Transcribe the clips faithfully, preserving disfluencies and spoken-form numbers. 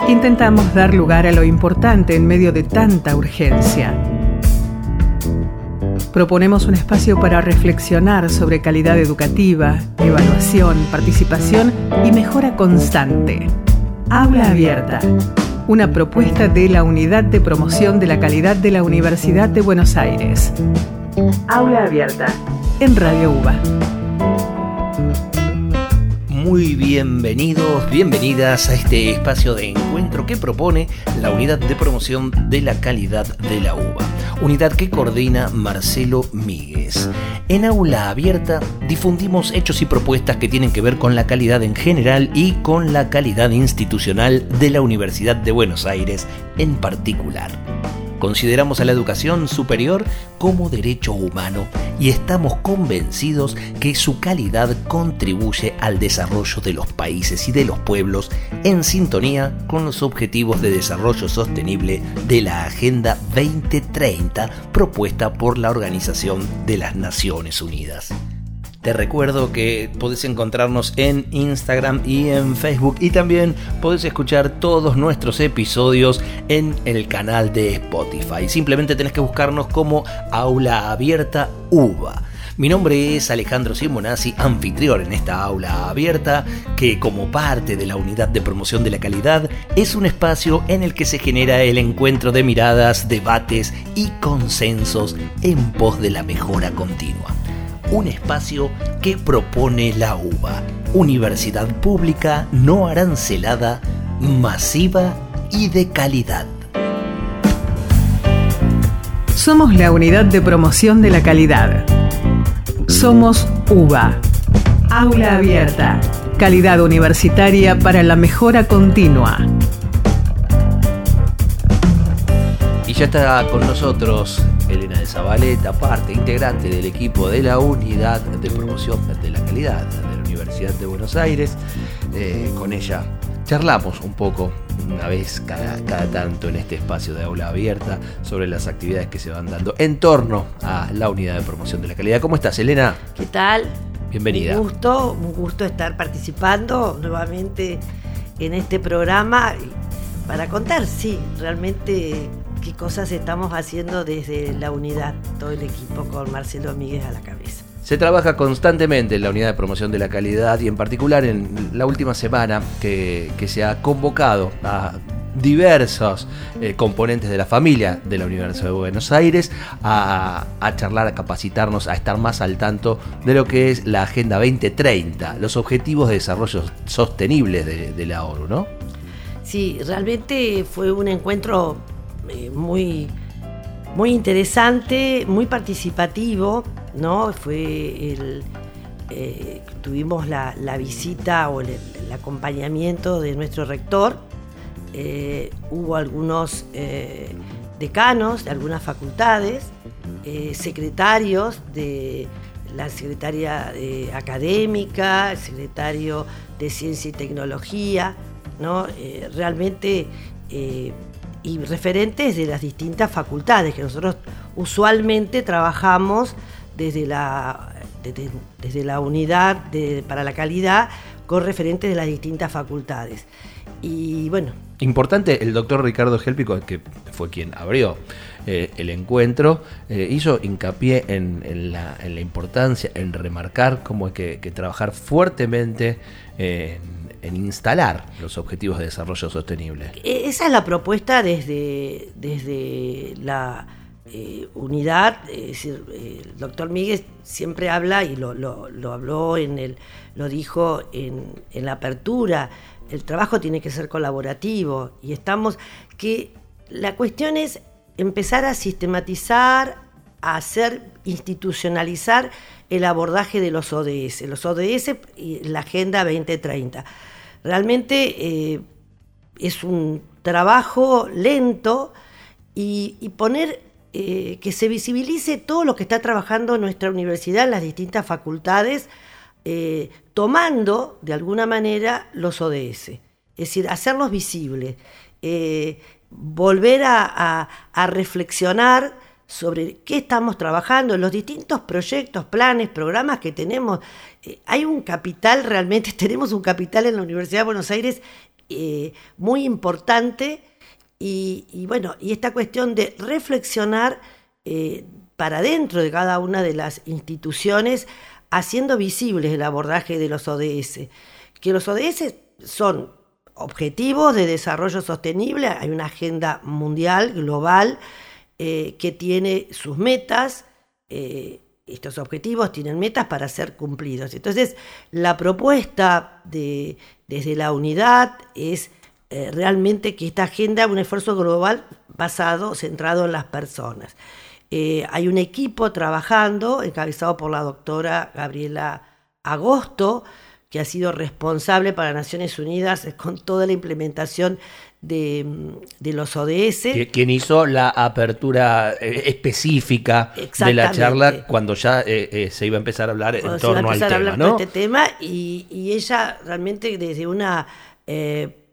Intentamos dar lugar a lo importante en medio de tanta urgencia. Proponemos un espacio para reflexionar sobre calidad educativa, evaluación, participación y mejora constante. Aula Abierta, una propuesta de la Unidad de Promoción de la Calidad de la Universidad de Buenos Aires. Aula Abierta, en Radio UBA. Muy bienvenidos, bienvenidas a este espacio de encuentro que propone la Unidad de Promoción de la Calidad de la UBA, unidad que coordina Marcelo Míguez. En Aula Abierta difundimos hechos y propuestas que tienen que ver con la calidad en general y con la calidad institucional de la Universidad de Buenos Aires en particular. Consideramos a la educación superior como derecho humano y estamos convencidos que su calidad contribuye al desarrollo de los países y de los pueblos en sintonía con los objetivos de desarrollo sostenible de la Agenda veinte treinta propuesta por la Organización de las Naciones Unidas. Te recuerdo que podés encontrarnos en Instagram y en Facebook y también podés escuchar todos nuestros episodios en el canal de Spotify. Simplemente tenés que buscarnos como Aula Abierta UBA. Mi nombre es Alejandro Simonazzi, anfitrión en esta Aula Abierta, que como parte de la Unidad de Promoción de la Calidad es un espacio en el que se genera el encuentro de miradas, debates y consensos en pos de la mejora continua. Un espacio que propone la UBA, Universidad Pública no arancelada, masiva y de calidad. Somos la Unidad de Promoción de la Calidad. Somos UBA, Aula Abierta, calidad universitaria para la mejora continua. Y ya está con nosotros Elena de Zabaleta, parte integrante del equipo de la Unidad de Promoción de la Calidad de la Universidad de Buenos Aires. Eh, con ella charlamos un poco, una vez cada, cada tanto en este espacio de Aula Abierta, sobre las actividades que se van dando en torno a la Unidad de Promoción de la Calidad. ¿Cómo estás, Elena? ¿Qué tal? Bienvenida. Un gusto, un gusto estar participando nuevamente en este programa para contar, sí, realmente qué cosas estamos haciendo desde la unidad, todo el equipo con Marcelo Míguez a la cabeza. Se trabaja constantemente en la Unidad de Promoción de la Calidad y en particular en la última semana que, que se ha convocado a diversos eh, componentes de la familia de la Universidad de Buenos Aires a, a charlar, a capacitarnos, a estar más al tanto de lo que es la Agenda veinte treinta, los Objetivos de Desarrollo Sostenible de, de la ONU, ¿no? Sí, realmente fue un encuentro eh, muy, muy interesante, muy participativo, ¿no? Fue el, eh, tuvimos la, la visita o el, el acompañamiento de nuestro rector. Eh, hubo algunos eh, decanos de algunas facultades, eh, secretarios de la secretaria eh, académica, el secretario de Ciencia y Tecnología, ¿no? Eh, realmente eh, y referentes de las distintas facultades que nosotros usualmente trabajamos desde la, desde, desde la unidad de, para la calidad con referentes de las distintas facultades. Y bueno. Importante, el doctor Ricardo Gélpico, que fue quien abrió eh, el encuentro, eh, hizo hincapié en, en, la, en la importancia, en remarcar cómo hay que, que trabajar fuertemente eh, en, en instalar los objetivos de desarrollo sostenible. Esa es la propuesta desde, desde la eh, unidad, es decir, eh, el doctor Míguez siempre habla, y lo, lo, lo habló en el, lo dijo en, en la apertura. El trabajo tiene que ser colaborativo y estamos que la cuestión es empezar a sistematizar, a hacer institucionalizar el abordaje de los O D S, los O D S y la Agenda veinte treinta. Realmente eh, es un trabajo lento y, y poner eh, que se visibilice todo lo que está trabajando nuestra universidad en las distintas facultades. Eh, tomando de alguna manera los O D S, es decir, hacerlos visibles, eh, volver a, a, a reflexionar sobre qué estamos trabajando en los distintos proyectos, planes, programas que tenemos. Eh, hay un capital realmente, tenemos un capital en la Universidad de Buenos Aires eh, muy importante y, y bueno, y esta cuestión de reflexionar eh, para dentro de cada una de las instituciones, haciendo visibles el abordaje de los O D S, que los O D S son objetivos de desarrollo sostenible, hay una agenda mundial, global, eh, que tiene sus metas, eh, estos objetivos tienen metas para ser cumplidos. Entonces, la propuesta de, desde la unidad es eh, realmente que esta agenda, un esfuerzo global basado, centrado en las personas. Eh, hay un equipo trabajando, encabezado por la doctora Gabriela Agosto, que ha sido responsable para Naciones Unidas con toda la implementación de, de los O D S. Quien hizo la apertura eh, específica de la charla cuando ya eh, eh, se iba a empezar a hablar cuando en torno al tema, hablar ¿no? De este tema y, y ella realmente desde una eh,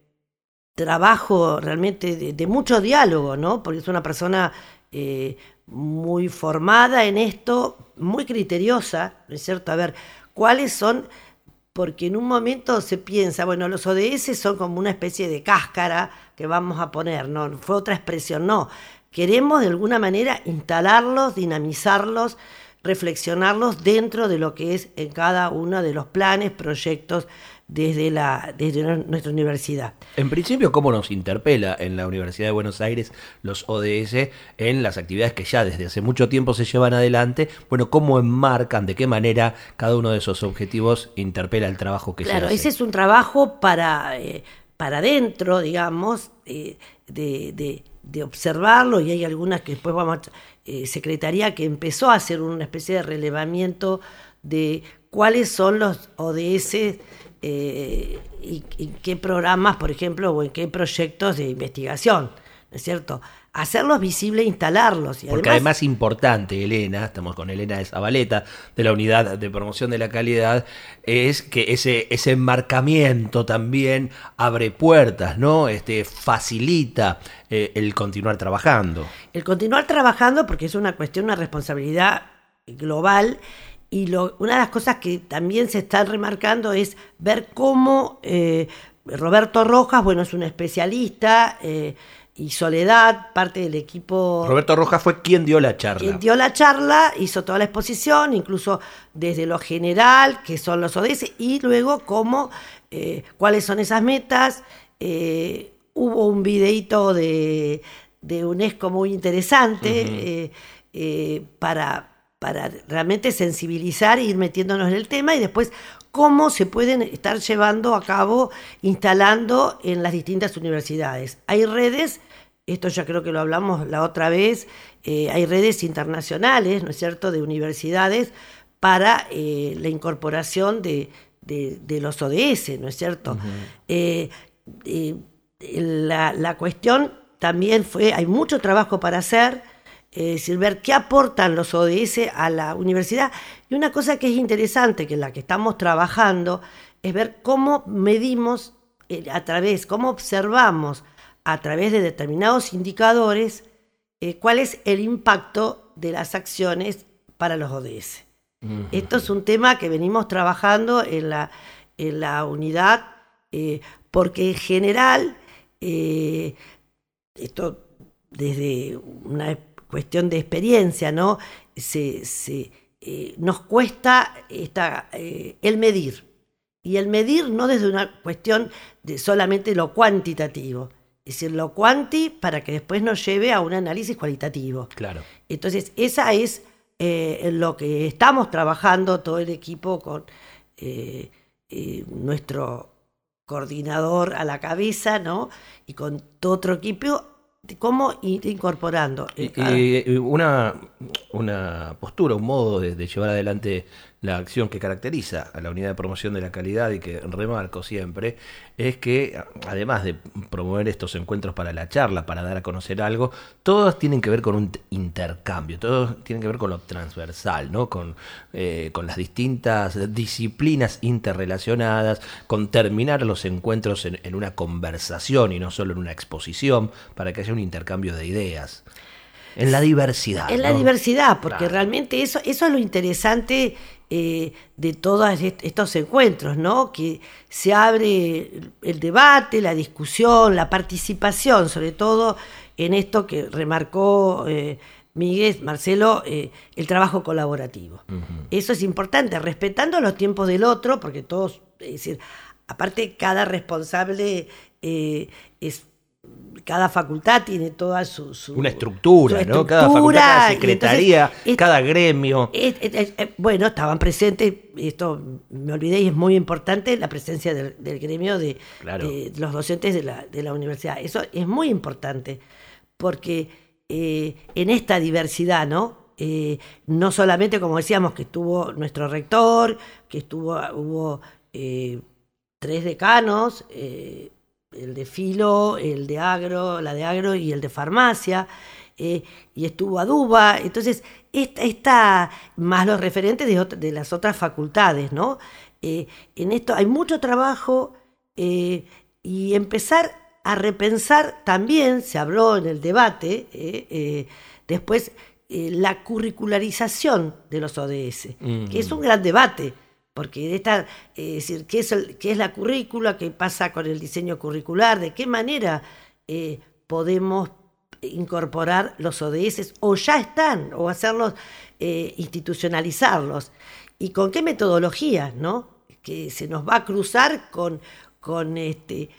trabajo realmente de, de mucho diálogo, ¿no? Porque es una persona eh, muy formada en esto, muy criteriosa, ¿no es cierto? A ver, ¿cuáles son? Porque en un momento se piensa, bueno, los O D S son como una especie de cáscara que vamos a poner, no, fue otra expresión, no. Queremos de alguna manera instalarlos, dinamizarlos, reflexionarlos dentro de lo que es en cada uno de los planes, proyectos desde, la, desde nuestra universidad. En principio, ¿cómo nos interpela en la Universidad de Buenos Aires los O D S en las actividades que ya desde hace mucho tiempo se llevan adelante? Bueno, ¿cómo enmarcan, de qué manera cada uno de esos objetivos interpela el trabajo que claro, se hace? Ese es un trabajo para, eh, para adentro, digamos, eh, de, de, de observarlo, y hay algunas que después vamos a... Eh, Secretaría que empezó a hacer una especie de relevamiento de cuáles son los O D S Eh, y, y qué programas, por ejemplo, o en qué proyectos de investigación, ¿no es cierto? Hacerlos visibles, instalarlos. Y Porque además, además importante, Elena, estamos con Elena de Zabaleta, de la Unidad de Promoción de la Calidad, es que ese, ese enmarcamiento también abre puertas, ¿no? Este, facilita eh, el continuar trabajando. El continuar trabajando porque es una cuestión, una responsabilidad global. Y lo, una de las cosas que también se están remarcando es ver cómo eh, Roberto Rojas, bueno, es un especialista, eh, y Soledad, parte del equipo... Roberto Rojas fue quien dio la charla. Quien dio la charla, hizo toda la exposición, incluso desde lo general, que son los O D S, y luego cómo, eh, cuáles son esas metas. Eh, hubo un videíto de, de UNESCO muy interesante, uh-huh. eh, eh, para... para realmente sensibilizar e ir metiéndonos en el tema, y después cómo se pueden estar llevando a cabo, instalando en las distintas universidades. Hay redes, esto ya creo que lo hablamos la otra vez, eh, hay redes internacionales, ¿no es cierto?, de universidades para eh, la incorporación de, de, de los O D S, ¿no es cierto? Uh-huh. eh, eh, la, la cuestión también fue, hay mucho trabajo para hacer, es decir, ver qué aportan los O D S a la universidad. Y una cosa que es interesante, que en la que estamos trabajando, es ver cómo medimos a través, cómo observamos a través de determinados indicadores eh, cuál es el impacto de las acciones para los O D S. Uh-huh. Esto es un tema que venimos trabajando en la, en la unidad, eh, porque en general, eh, esto desde una cuestión de experiencia, ¿no? Se, se, eh, nos cuesta esta, eh, el medir. Y el medir no desde una cuestión de solamente lo cuantitativo, es decir, lo cuanti para que después nos lleve a un análisis cualitativo. Claro. Entonces, esa es eh, en lo que estamos trabajando todo el equipo con eh, eh, nuestro coordinador a la cabeza, ¿no? Y con todo otro equipo, cómo ir incorporando. Y, y una, una postura, un modo de, de llevar adelante la acción que caracteriza a la Unidad de Promoción de la Calidad y que remarco siempre, es que además de promover estos encuentros para la charla, para dar a conocer algo, todos tienen que ver con un intercambio, todos tienen que ver con lo transversal, ¿no? Con, eh, con las distintas disciplinas interrelacionadas, con terminar los encuentros en, en una conversación y no solo en una exposición, para que haya un intercambio de ideas. En la diversidad. En la ¿no? diversidad, porque claro. realmente eso, eso es lo interesante. eh, de todos est- estos encuentros, ¿no? Que se abre el debate, la discusión, la participación, sobre todo en esto que remarcó eh, Miguel, Marcelo, eh, el trabajo colaborativo. Uh-huh. Eso es importante, respetando los tiempos del otro, porque todos, es decir, aparte cada responsable eh, es... Cada facultad tiene toda su... su una estructura, su estructura, ¿no? Cada facultad, cada secretaría, entonces, cada gremio. Es, es, es, es, bueno, estaban presentes, esto me olvidé y es muy importante, la presencia del, del gremio de, claro. de, de los docentes de la, de la universidad. Eso es muy importante, porque eh, en esta diversidad, ¿no? Eh, no solamente, como decíamos, que estuvo nuestro rector, que estuvo hubo eh, tres decanos, eh, el de filo, el de agro, la de agro y el de farmacia, eh, y estuvo Aduba. Entonces, esta, esta más los referentes de, otra, de las otras facultades, ¿no? Eh, en esto hay mucho trabajo eh, y empezar a repensar también, se habló en el debate, eh, eh, después eh, la curricularización de los O D S, mm. que es un gran debate. Porque esta, eh, es decir, ¿qué es, el, ¿qué es la currícula? ¿Qué pasa con el diseño curricular? ¿De qué manera eh, podemos incorporar los O D S? O ya están, o hacerlos, eh, institucionalizarlos. ¿Y con qué metodología, no? Que se nos va a cruzar con, con este,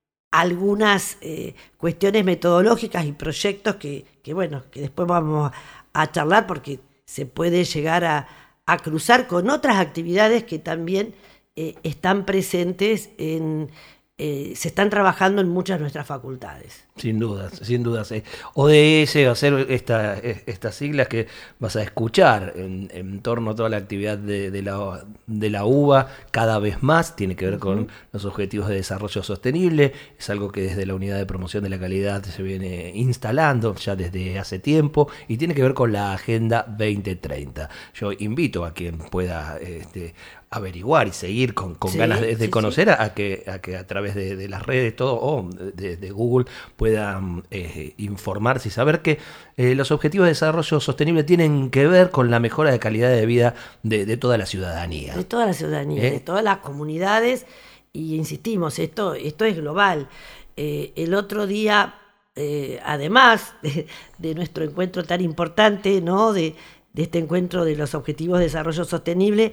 algunas eh, cuestiones metodológicas y proyectos que, que, bueno, que después vamos a charlar porque se puede llegar a a cruzar con otras actividades que también eh, están presentes en, eh, se están trabajando en muchas de nuestras facultades. Sin dudas, sin dudas. Eh. O D S va a ser esta, estas siglas que vas a escuchar en, en torno a toda la actividad de, de, la, de la U B A cada vez más. Tiene que ver uh-huh. con los objetivos de desarrollo sostenible. Es algo que desde la Unidad de Promoción de la Calidad se viene instalando ya desde hace tiempo y tiene que ver con la Agenda veinte treinta. Yo invito a quien pueda este, averiguar y seguir con, con sí, ganas de, de sí, conocer sí. A, que, a que a través de, de las redes todo o de, de Google puedan eh, informarse y saber que eh, los objetivos de desarrollo sostenible tienen que ver con la mejora de calidad de vida de, de toda la ciudadanía. De toda la ciudadanía, ¿Eh? de todas las comunidades, y insistimos, esto, esto es global. Eh, el otro día, eh, además de, de nuestro encuentro tan importante, ¿no? de, de este encuentro de los objetivos de desarrollo sostenible,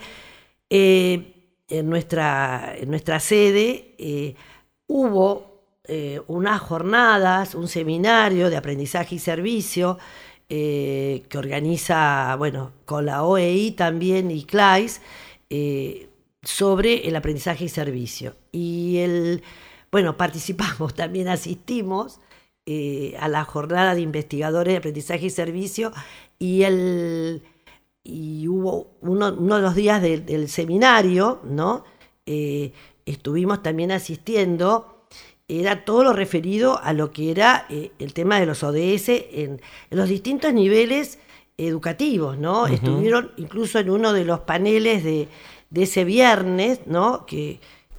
eh, en, nuestra, en nuestra sede eh, hubo Eh, unas jornadas, un seminario de aprendizaje y servicio eh, que organiza, bueno, con la O E I también y C L A I S, eh, sobre el aprendizaje y servicio. Y el, bueno, participamos, también asistimos eh, a la jornada de investigadores de aprendizaje y servicio y el y hubo uno, uno de los días de, del seminario, ¿no? Eh, estuvimos también asistiendo. Era todo lo referido a lo que era eh, el tema de los O D S en, en los distintos niveles educativos, ¿no? Uh-huh. Estuvieron incluso en uno de los paneles de, de ese viernes, ¿no? Que,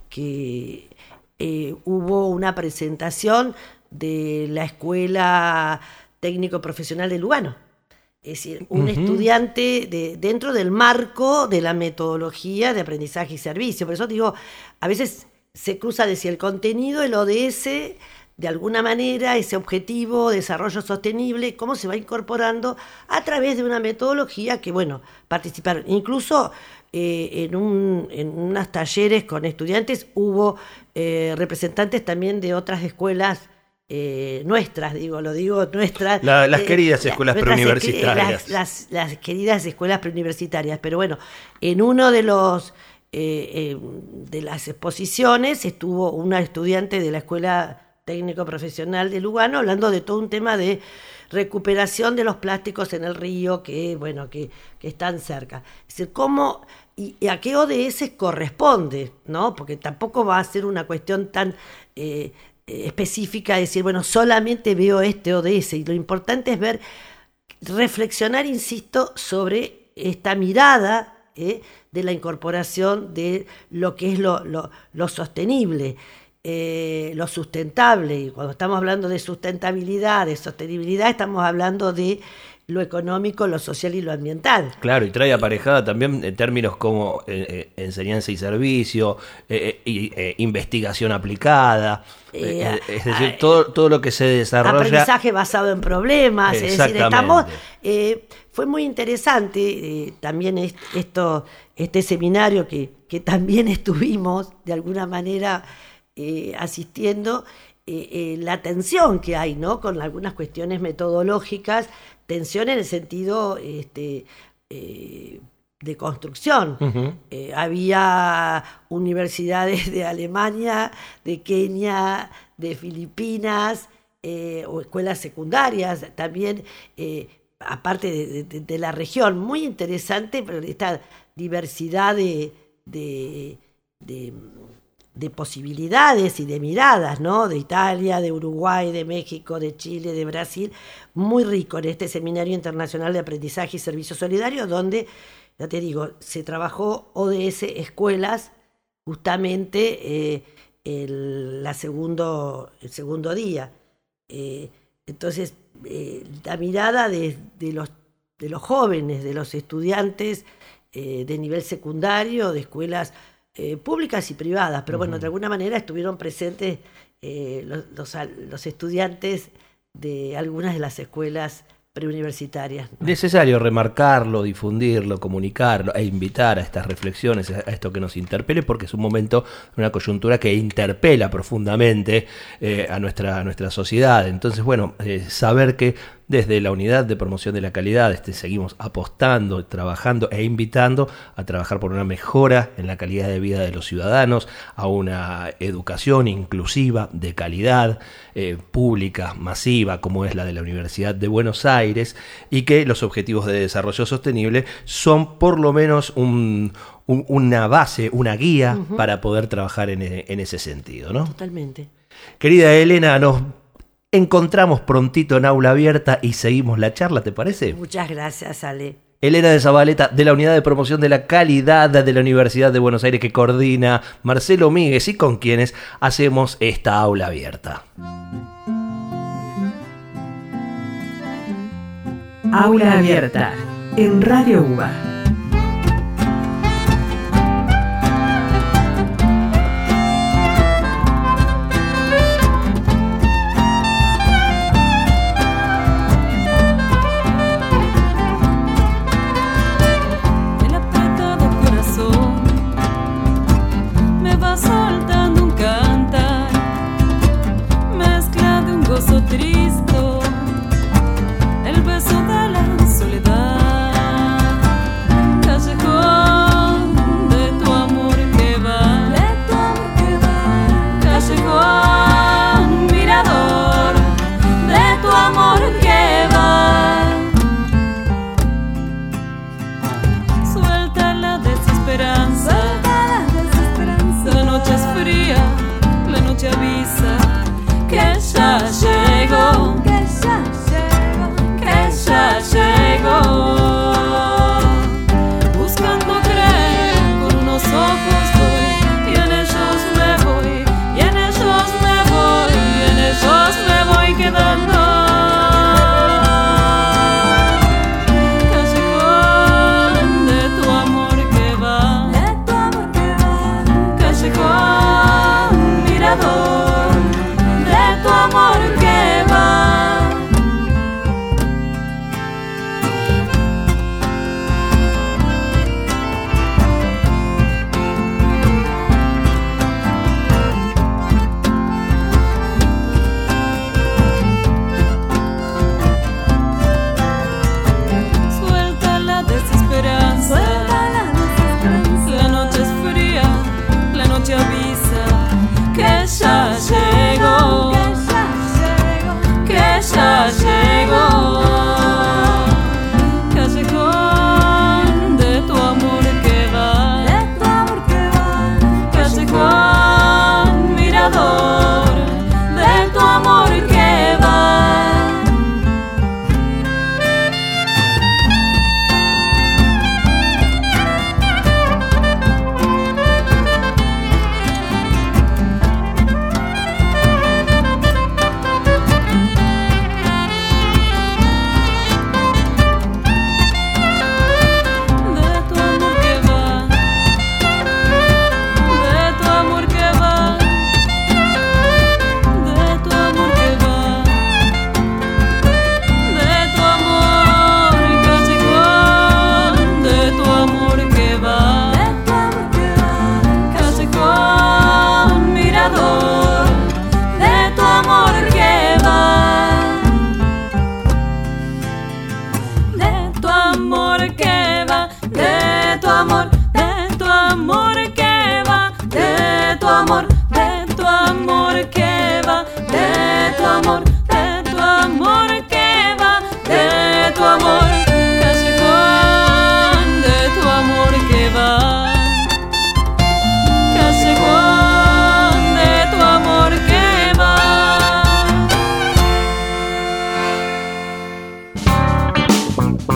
que eh, hubo una presentación de la Escuela Técnico Profesional de Lugano. Es decir, un uh-huh. estudiante de, dentro del marco de la metodología de aprendizaje y servicio. Por eso digo, a veces se cruza de si el contenido, el O D S, de alguna manera, ese objetivo de desarrollo sostenible, cómo se va incorporando a través de una metodología que, bueno, participaron. Incluso eh, en, un, en unos talleres con estudiantes hubo eh, representantes también de otras escuelas eh, nuestras, digo, lo digo nuestras. La, las eh, queridas escuelas la, preuniversitarias. Las, las, las queridas escuelas preuniversitarias. Pero bueno, en uno de los... Eh, eh, de las exposiciones estuvo una estudiante de la Escuela Técnico Profesional de Lugano hablando de todo un tema de recuperación de los plásticos en el río que, bueno, que, que están cerca. Es decir, cómo y, y a qué O D S corresponde, ¿no? Porque tampoco va a ser una cuestión tan eh, específica de decir, bueno, solamente veo este O D S. Y lo importante es ver, reflexionar, insisto, sobre esta mirada ¿Eh? de la incorporación de lo que es lo, lo, lo sostenible. eh, lo sustentable. Y cuando estamos hablando de sustentabilidad, de sostenibilidad, estamos hablando de lo económico, lo social y lo ambiental. Claro, y trae aparejada también en términos como eh, eh, enseñanza y servicio, eh, eh, eh, investigación aplicada, eh, eh, es decir, eh, todo, todo lo que se desarrolla... Aprendizaje basado en problemas, es decir, estamos... Eh, fue muy interesante eh, también est, esto, este seminario que, que también estuvimos de alguna manera eh, asistiendo, eh, eh, la tensión que hay, ¿no?, con algunas cuestiones metodológicas, tensión en el sentido este, eh, de construcción. Uh-huh. Eh, había universidades de Alemania, de Kenia, de Filipinas, eh, o escuelas secundarias, también, eh, aparte de, de, de la región, muy interesante, pero esta diversidad de, de, de, de posibilidades y de miradas, ¿no?, de Italia, de Uruguay, de México, de Chile, de Brasil, muy rico en este Seminario Internacional de Aprendizaje y Servicio Solidario, donde, ya te digo, se trabajó O D S escuelas justamente eh, el, la segundo, el segundo día. Eh, entonces, eh, la mirada de, de, los, de los jóvenes, de los estudiantes eh, de nivel secundario, de escuelas eh, públicas y privadas, pero bueno, uh-huh. de alguna manera estuvieron presentes eh, los, los, los estudiantes de algunas de las escuelas preuniversitarias, ¿no? Necesario remarcarlo, difundirlo, comunicarlo e invitar a estas reflexiones, a esto que nos interpele, porque es un momento, una coyuntura que interpela profundamente eh, a, nuestra, a nuestra sociedad. Entonces, bueno, eh, saber que desde la Unidad de Promoción de la Calidad este, seguimos apostando, trabajando e invitando a trabajar por una mejora en la calidad de vida de los ciudadanos, a una educación inclusiva, de calidad, eh, pública, masiva, como es la de la Universidad de Buenos Aires, y que los objetivos de desarrollo sostenible son por lo menos un, un, una base, una guía uh-huh. para poder trabajar en, en ese sentido, ¿no? Totalmente. Querida Elena, nos encontramos prontito en Aula Abierta y seguimos la charla, ¿te parece? Muchas gracias, Ale. Elena de Zabaleta, de la Unidad de Promoción de la Calidad de la Universidad de Buenos Aires, que coordina Marcelo Míguez y con quienes hacemos esta Aula Abierta. Aula Abierta, en Radio UBA. Triste, el beso de la soledad.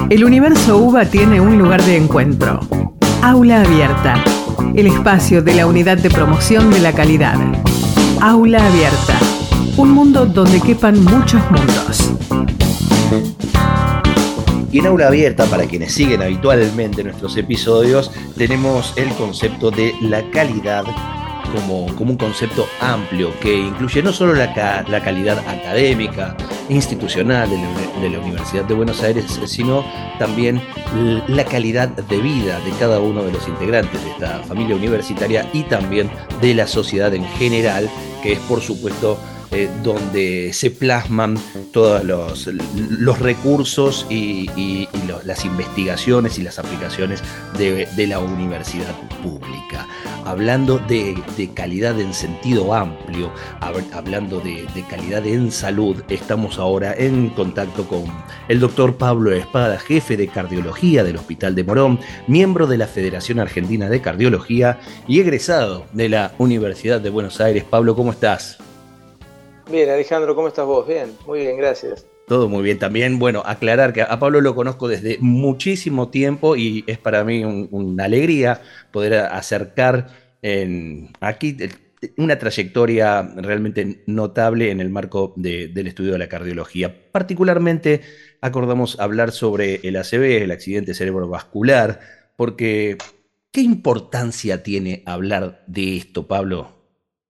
El universo UBA tiene un lugar de encuentro. Aula Abierta, el espacio de la Unidad de Promoción de la Calidad. Aula Abierta, un mundo donde quepan muchos mundos. Y en Aula Abierta, para quienes siguen habitualmente nuestros episodios, tenemos el concepto de la calidad como, como un concepto amplio que incluye no solo la, ca, la calidad académica, institucional de la, de la Universidad de Buenos Aires, sino también la calidad de vida de cada uno de los integrantes de esta familia universitaria y también de la sociedad en general, que es por supuesto Eh, donde se plasman todos los, los recursos y, y, y los, las investigaciones y las aplicaciones de, de la universidad pública. Hablando de, de calidad en sentido amplio, hab, hablando de, de calidad en salud, estamos ahora en contacto con el doctor Pablo Espada, jefe de cardiología del Hospital de Morón, miembro de la Federación Argentina de Cardiología y egresado de la Universidad de Buenos Aires. Pablo, ¿cómo estás? Bien, Alejandro, ¿cómo estás vos? Bien, muy bien, gracias. Todo muy bien también. Bueno, aclarar que a Pablo lo conozco desde muchísimo tiempo y es para mí un, una alegría poder acercar en, aquí una trayectoria realmente notable en el marco de, del estudio de la cardiología. Particularmente acordamos hablar sobre el A C V, el accidente cerebrovascular, porque ¿qué importancia tiene hablar de esto, Pablo?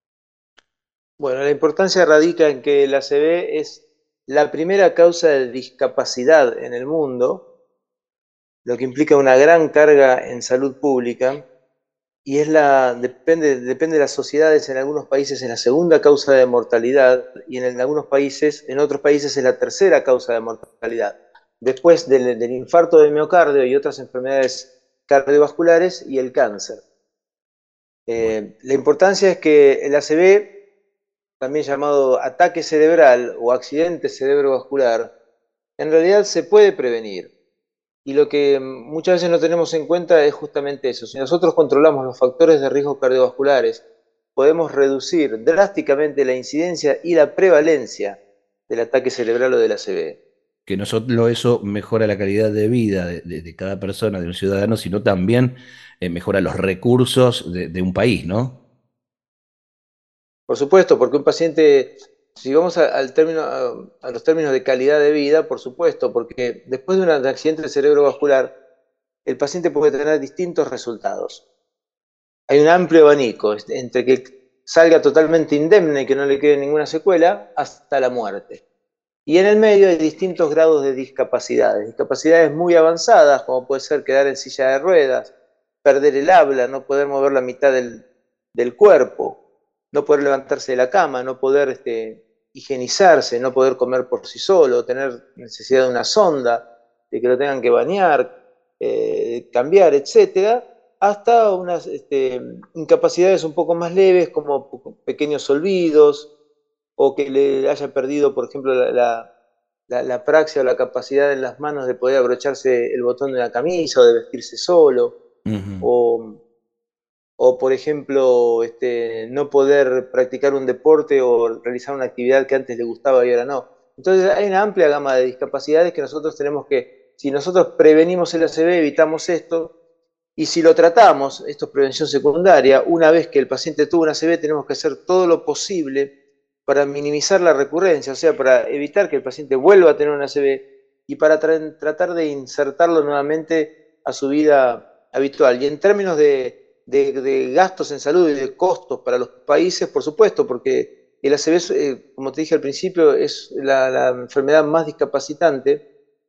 Bueno, la importancia radica en que el A C V es la primera causa de discapacidad en el mundo, lo que implica una gran carga en salud pública, y es la, depende, depende de las sociedades, en algunos países es la segunda causa de mortalidad, y en, en algunos países, en otros países es la tercera causa de mortalidad, después del, del infarto de miocardio y otras enfermedades cardiovasculares y el cáncer. Eh, la importancia es que el A C V, también llamado ataque cerebral o accidente cerebrovascular, en realidad se puede prevenir. Y lo que muchas veces no tenemos en cuenta es justamente eso. Si nosotros controlamos los factores de riesgo cardiovasculares, podemos reducir drásticamente la incidencia y la prevalencia del ataque cerebral o del A C V. Que no solo eso mejora la calidad de vida de, de, de cada persona, de un ciudadano, sino también eh, mejora los recursos de, de un país, ¿no? Por supuesto, porque un paciente, si vamos a, al término, a, a los términos de calidad de vida, por supuesto, porque después de un accidente cerebrovascular, el paciente puede tener distintos resultados. Hay un amplio abanico, entre que salga totalmente indemne y que no le quede ninguna secuela, hasta la muerte. Y en el medio hay distintos grados de discapacidades, discapacidades muy avanzadas, como puede ser quedar en silla de ruedas, perder el habla, no poder mover la mitad del, del cuerpo, no poder levantarse de la cama, no poder este, higienizarse, no poder comer por sí solo, tener necesidad de una sonda, de que lo tengan que bañar, eh, cambiar, etcétera, hasta unas este, incapacidades un poco más leves, como pequeños olvidos, o que le haya perdido, por ejemplo, la, la, la, la praxia o la capacidad en las manos de poder abrocharse el botón de la camisa o de vestirse solo, uh-huh. o... o por ejemplo, este, no poder practicar un deporte o realizar una actividad que antes le gustaba y ahora no. Entonces hay una amplia gama de discapacidades que nosotros tenemos que, si nosotros prevenimos el A C V, evitamos esto, y si lo tratamos, esto es prevención secundaria, una vez que el paciente tuvo un A C V, tenemos que hacer todo lo posible para minimizar la recurrencia, o sea, para evitar que el paciente vuelva a tener un A C V y para tra- tratar de insertarlo nuevamente a su vida habitual. Y en términos de De, de gastos en salud y de costos para los países, por supuesto, porque el A C V, eh, como te dije al principio, es la, la enfermedad más discapacitante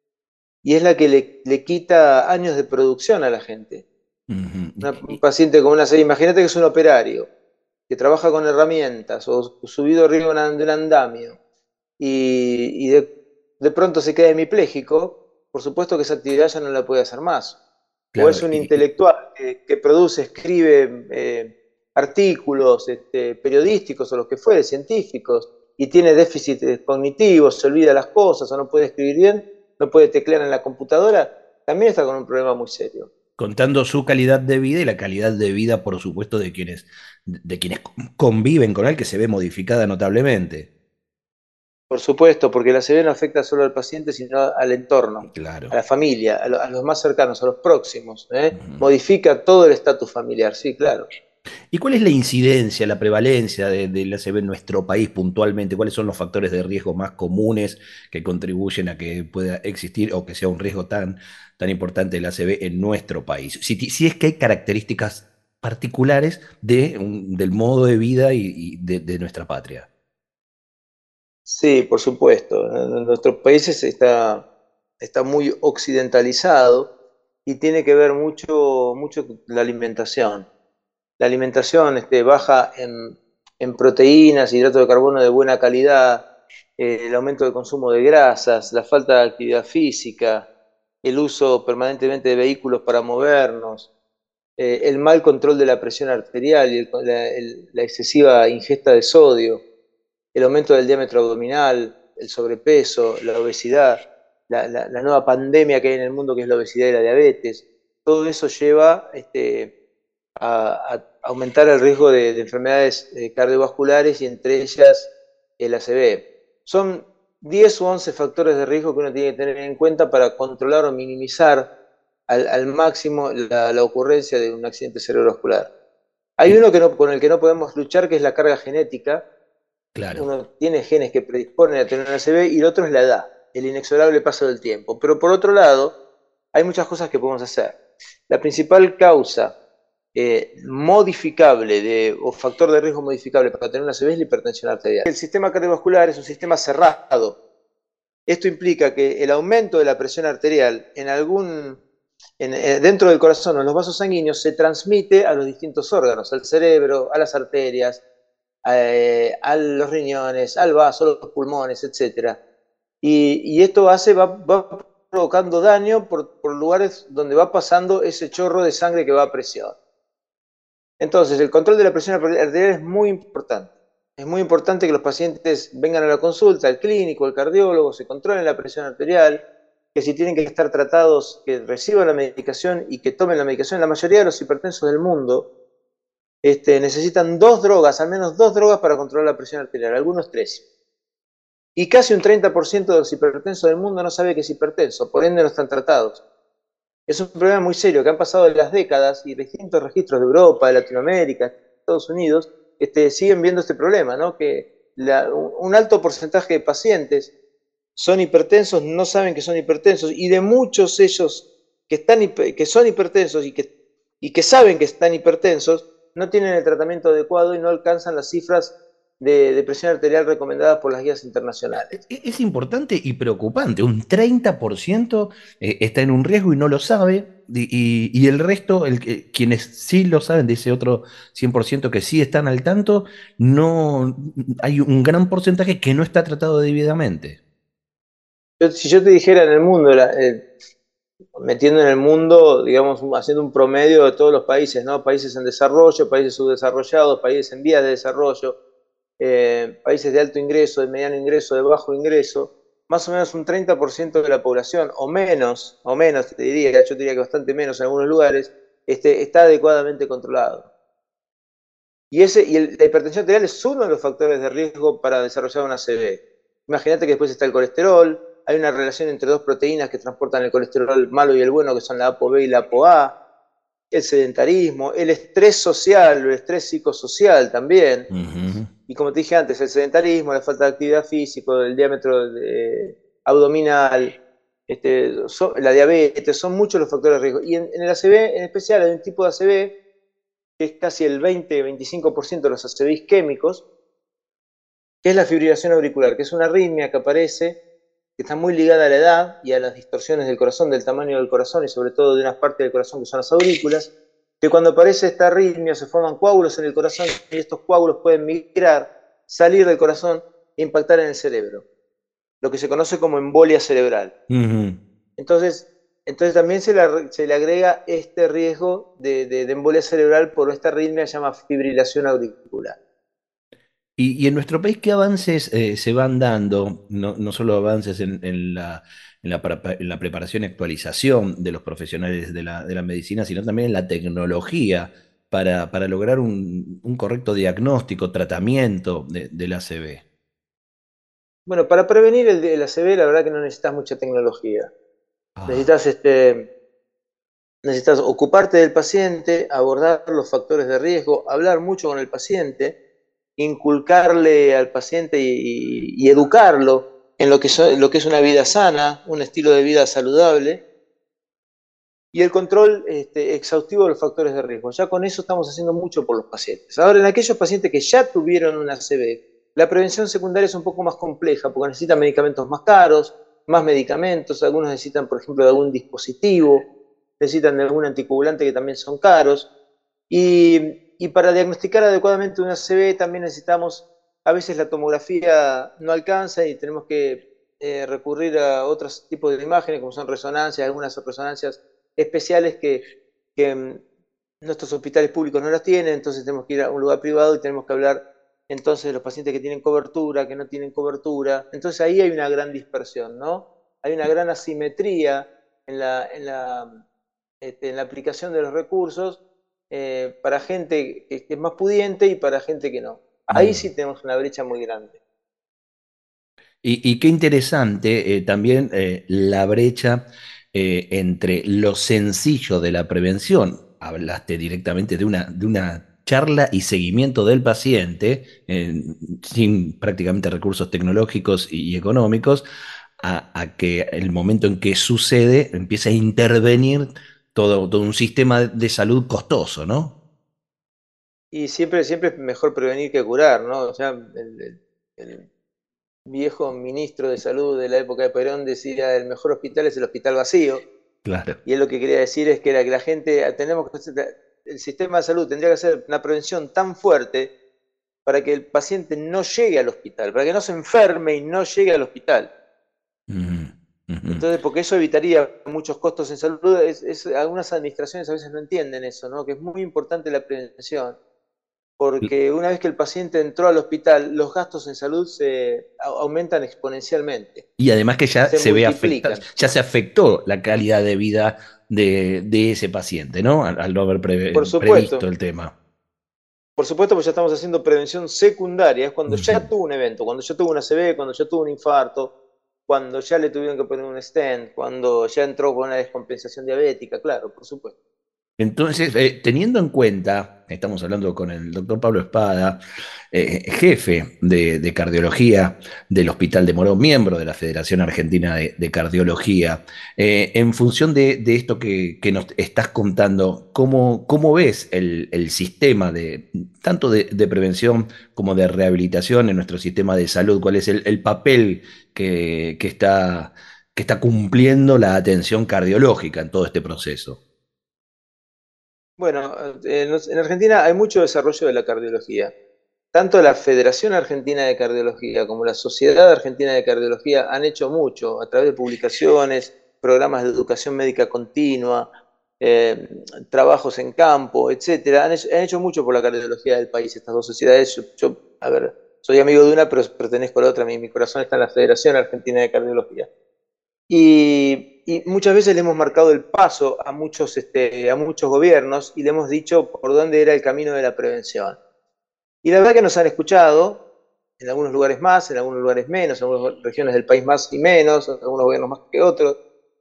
y es la que le, le quita años de producción a la gente. Uh-huh. Una, un paciente con una A C V, imagínate que es un operario, que trabaja con herramientas o subido arriba de un andamio y, y de, de pronto se queda hemipléjico, por supuesto que esa actividad ya no la puede hacer más. Claro, o es un y, intelectual que, que produce, escribe eh, artículos este, periodísticos o los que fuere, científicos, y tiene déficit cognitivos, se olvida las cosas o no puede escribir bien, no puede teclear en la computadora, también está con un problema muy serio. Contando su calidad de vida y la calidad de vida, por supuesto, de quienes, de quienes conviven con él, que se ve modificada notablemente. Por supuesto, porque la A C V no afecta solo al paciente, sino al entorno, a Claro. la familia, a, lo- a los más cercanos, a los próximos. ¿eh? Ujú. Modifica todo el estatus familiar, sí, claro. ¿Y cuál es la incidencia, la prevalencia de, del A C V en nuestro país puntualmente? ¿Cuáles son los factores de riesgo más comunes que contribuyen a que pueda existir o que sea un riesgo tan, tan importante el A C V en nuestro país? Si, ti- si es que hay características particulares de, un- del modo de vida y, y de, de nuestra patria. Sí, por supuesto. En nuestros países está, está muy occidentalizado y tiene que ver mucho, mucho con la alimentación. La alimentación este, baja en, en proteínas, hidratos de carbono de buena calidad, eh, el aumento del consumo de grasas, la falta de actividad física, el uso permanentemente de vehículos para movernos, eh, el mal control de la presión arterial y el- la, el- la excesiva ingesta de sodio, el aumento del diámetro abdominal, el sobrepeso, la obesidad, la, la- la nueva pandemia que hay en el mundo que es la obesidad y la diabetes, todo eso lleva este, a, a aumentar el riesgo de, de enfermedades eh, cardiovasculares y entre ellas el A C V. Son diez u once factores de riesgo que uno tiene que tener en cuenta para controlar o minimizar al, al máximo la, la ocurrencia de un accidente cerebrovascular. Hay Y, uno que no, con el que no podemos luchar, que es la carga genética. claro. Uno tiene genes que predisponen a tener una A C V y el otro es la edad, el inexorable paso del tiempo. Pero por otro lado, hay muchas cosas que podemos hacer. La principal causa eh, modificable de, o factor de riesgo modificable para tener una A C V es la hipertensión arterial. El sistema cardiovascular es un sistema cerrado. Esto implica que el aumento de la presión arterial en algún, en, eh, dentro del corazón o en los vasos sanguíneos se transmite a los distintos órganos, al cerebro, a las arterias, eh, a los riñones, al vaso, a los pulmones, etcétera. Y, y esto hace, va, va provocando daño por, por lugares donde va pasando ese chorro de sangre que va a presión. Entonces, el control de la presión arterial es muy importante. Es muy importante que los pacientes vengan a la consulta, al clínico, al cardiólogo, se controlen la presión arterial, que si tienen que estar tratados, que reciban la medicación y que tomen la medicación. La mayoría de los hipertensos del mundo este, necesitan dos drogas, al menos dos drogas para controlar la presión arterial, algunos tres. Y casi un treinta por ciento de los hipertensos del mundo no sabe que es hipertenso, por ende no están tratados. Es un problema muy serio que han pasado las décadas y distintos registros de Europa, de Latinoamérica, Estados Unidos, este, siguen viendo este problema, ¿no? Que la, un alto porcentaje de pacientes son hipertensos, no saben que son hipertensos, y de muchos ellos que, están, que son hipertensos y que, y que saben que están hipertensos, no tienen el tratamiento adecuado y no alcanzan las cifras de, de presión arterial recomendadas por las guías internacionales. E- Es importante y preocupante. Un treinta por ciento eh, está en un riesgo y no lo sabe, y, y- y el resto, el, que- quienes sí lo saben, de ese otro cien por ciento que sí están al tanto, no hay un gran porcentaje que no está tratado debidamente. Yo, si yo te dijera en el mundo, la, eh, metiendo en el mundo, digamos, haciendo un promedio de todos los países, ¿no? Países en desarrollo, países subdesarrollados, países en vías de desarrollo, eh, países de alto ingreso, de mediano ingreso, de bajo ingreso, más o menos un treinta por ciento de la población, o menos, o menos te diría, yo te diría que bastante menos en algunos lugares, este, está adecuadamente controlado. Y, ese, y el, la hipertensión arterial es uno de los factores de riesgo para desarrollar una A C V. Imagínate que después está el colesterol, hay una relación entre dos proteínas que transportan el colesterol malo y el bueno, que son la ApoB y la ApoA, el sedentarismo, el estrés social, el estrés psicosocial también. Ujú. Y como te dije antes, el sedentarismo, la falta de actividad física, el diámetro de, abdominal, este, so, la diabetes, son muchos los factores de riesgo. Y en, en el A C V, en especial, hay un tipo de A C V que es casi el veinte veinticinco por ciento de los A C V isquémicos, que es la fibrilación auricular, que es una arritmia que aparece, que está muy ligada a la edad y a las distorsiones del corazón, del tamaño del corazón y sobre todo de unas partes del corazón que son las aurículas, que cuando aparece esta arritmia se forman coágulos en el corazón y estos coágulos pueden migrar, salir del corazón e impactar en el cerebro, lo que se conoce como embolia cerebral. Ujú. Entonces, entonces también se le, se le agrega este riesgo de, de, de embolia cerebral por esta arritmia que se llama fibrilación auricular. Y, y en nuestro país, ¿qué avances eh, se van dando? No, no solo avances en, en la, en la, para- en la preparación y actualización de los profesionales de la, de la medicina, sino también en la tecnología para, para lograr un, un correcto diagnóstico, tratamiento de, del A C V. Bueno, para prevenir el, el A C V, la verdad que no necesitas mucha tecnología. Ah, Necesitas, este, necesitas ocuparte del paciente, abordar los factores de riesgo, hablar mucho con el paciente, inculcarle al paciente y, y- y educarlo en lo que, so- lo que es una vida sana, un estilo de vida saludable, y el control este, exhaustivo de los factores de riesgo. Ya con eso estamos haciendo mucho por los pacientes. Ahora, en aquellos pacientes que ya tuvieron una A C V, la prevención secundaria es un poco más compleja porque necesitan medicamentos más caros, más medicamentos, algunos necesitan, por ejemplo, de algún dispositivo, necesitan de algún anticoagulante que también son caros. Y, y para diagnosticar adecuadamente una A C V también necesitamos, a veces la tomografía no alcanza y tenemos que eh, recurrir a otros tipos de imágenes, como son resonancias, algunas resonancias especiales que, que mm, nuestros hospitales públicos no las tienen, entonces tenemos que ir a un lugar privado y tenemos que hablar entonces de los pacientes que tienen cobertura, que no tienen cobertura. Entonces ahí hay una gran dispersión, ¿no? Hay una gran asimetría en la, en la, este, en la aplicación de los recursos eh, para gente que, que es más pudiente y para gente que no. Ahí mm. sí tenemos una brecha muy grande. Y, y qué interesante eh, también eh, la brecha eh, entre lo sencillo de la prevención. Hablaste directamente de una, de una charla y seguimiento del paciente, eh, sin prácticamente recursos tecnológicos y, y económicos, a, a que el momento en que sucede empieza a intervenir todo, todo un sistema de salud costoso, ¿no? Y siempre, siempre es mejor prevenir que curar, ¿no? O sea, el, el, el viejo ministro de salud de la época de Perón decía el mejor hospital es el hospital vacío, Claro. y él lo que quería decir es que era que la gente, tenemos que hacer- el sistema de salud tendría que hacer una prevención tan fuerte para que el paciente no llegue al hospital, para que no se enferme y no llegue al hospital. Ujú, ujú. Entonces, porque eso evitaría muchos costos en salud, es, es- algunas administraciones a veces no entienden eso, ¿no? Que es muy importante la prevención, porque una vez que el paciente entró al hospital, los gastos en salud se a- aumentan exponencialmente, Y además que ya se se ve afectada, multiplican. ya se afectó la calidad de vida de, de ese paciente, ¿no? Al, al no haber Por pre- previsto supuesto, el tema. por supuesto, pues ya estamos haciendo prevención secundaria, es cuando Ujú. ya tuvo un evento, cuando ya tuvo una A C V, cuando ya tuvo un infarto, cuando ya le tuvieron que poner un stent, cuando ya entró con una descompensación diabética, claro, por supuesto. Entonces, eh, teniendo en cuenta, estamos hablando con el doctor Pablo Espada, eh, jefe de, de cardiología del Hospital de Morón, miembro de la Federación Argentina de, de Cardiología, eh, en función de, de esto que, que nos estás contando, ¿cómo, cómo ves el, el sistema de tanto de, de prevención como de rehabilitación en nuestro sistema de salud? ¿Cuál es el, el papel que, que está, que está cumpliendo la atención cardiológica en todo este proceso? Bueno, en, en Argentina hay mucho desarrollo de la cardiología. Tanto la Federación Argentina de Cardiología como la Sociedad Argentina de Cardiología han hecho mucho a través de publicaciones, programas de educación médica continua, eh, trabajos en campo, etcétera. Han hecho, han hecho mucho por la cardiología del país, estas dos sociedades. Yo, yo, a ver, soy amigo de una, pero pertenezco a la otra. Mi, mi corazón está en la Federación Argentina de Cardiología. Y, y muchas veces le hemos marcado el paso a muchos, este, a muchos gobiernos y le hemos dicho por dónde era el camino de la prevención. Y la verdad que nos han escuchado, en algunos lugares más, en algunos lugares menos, en algunas regiones del país más y menos, en algunos gobiernos más que otros,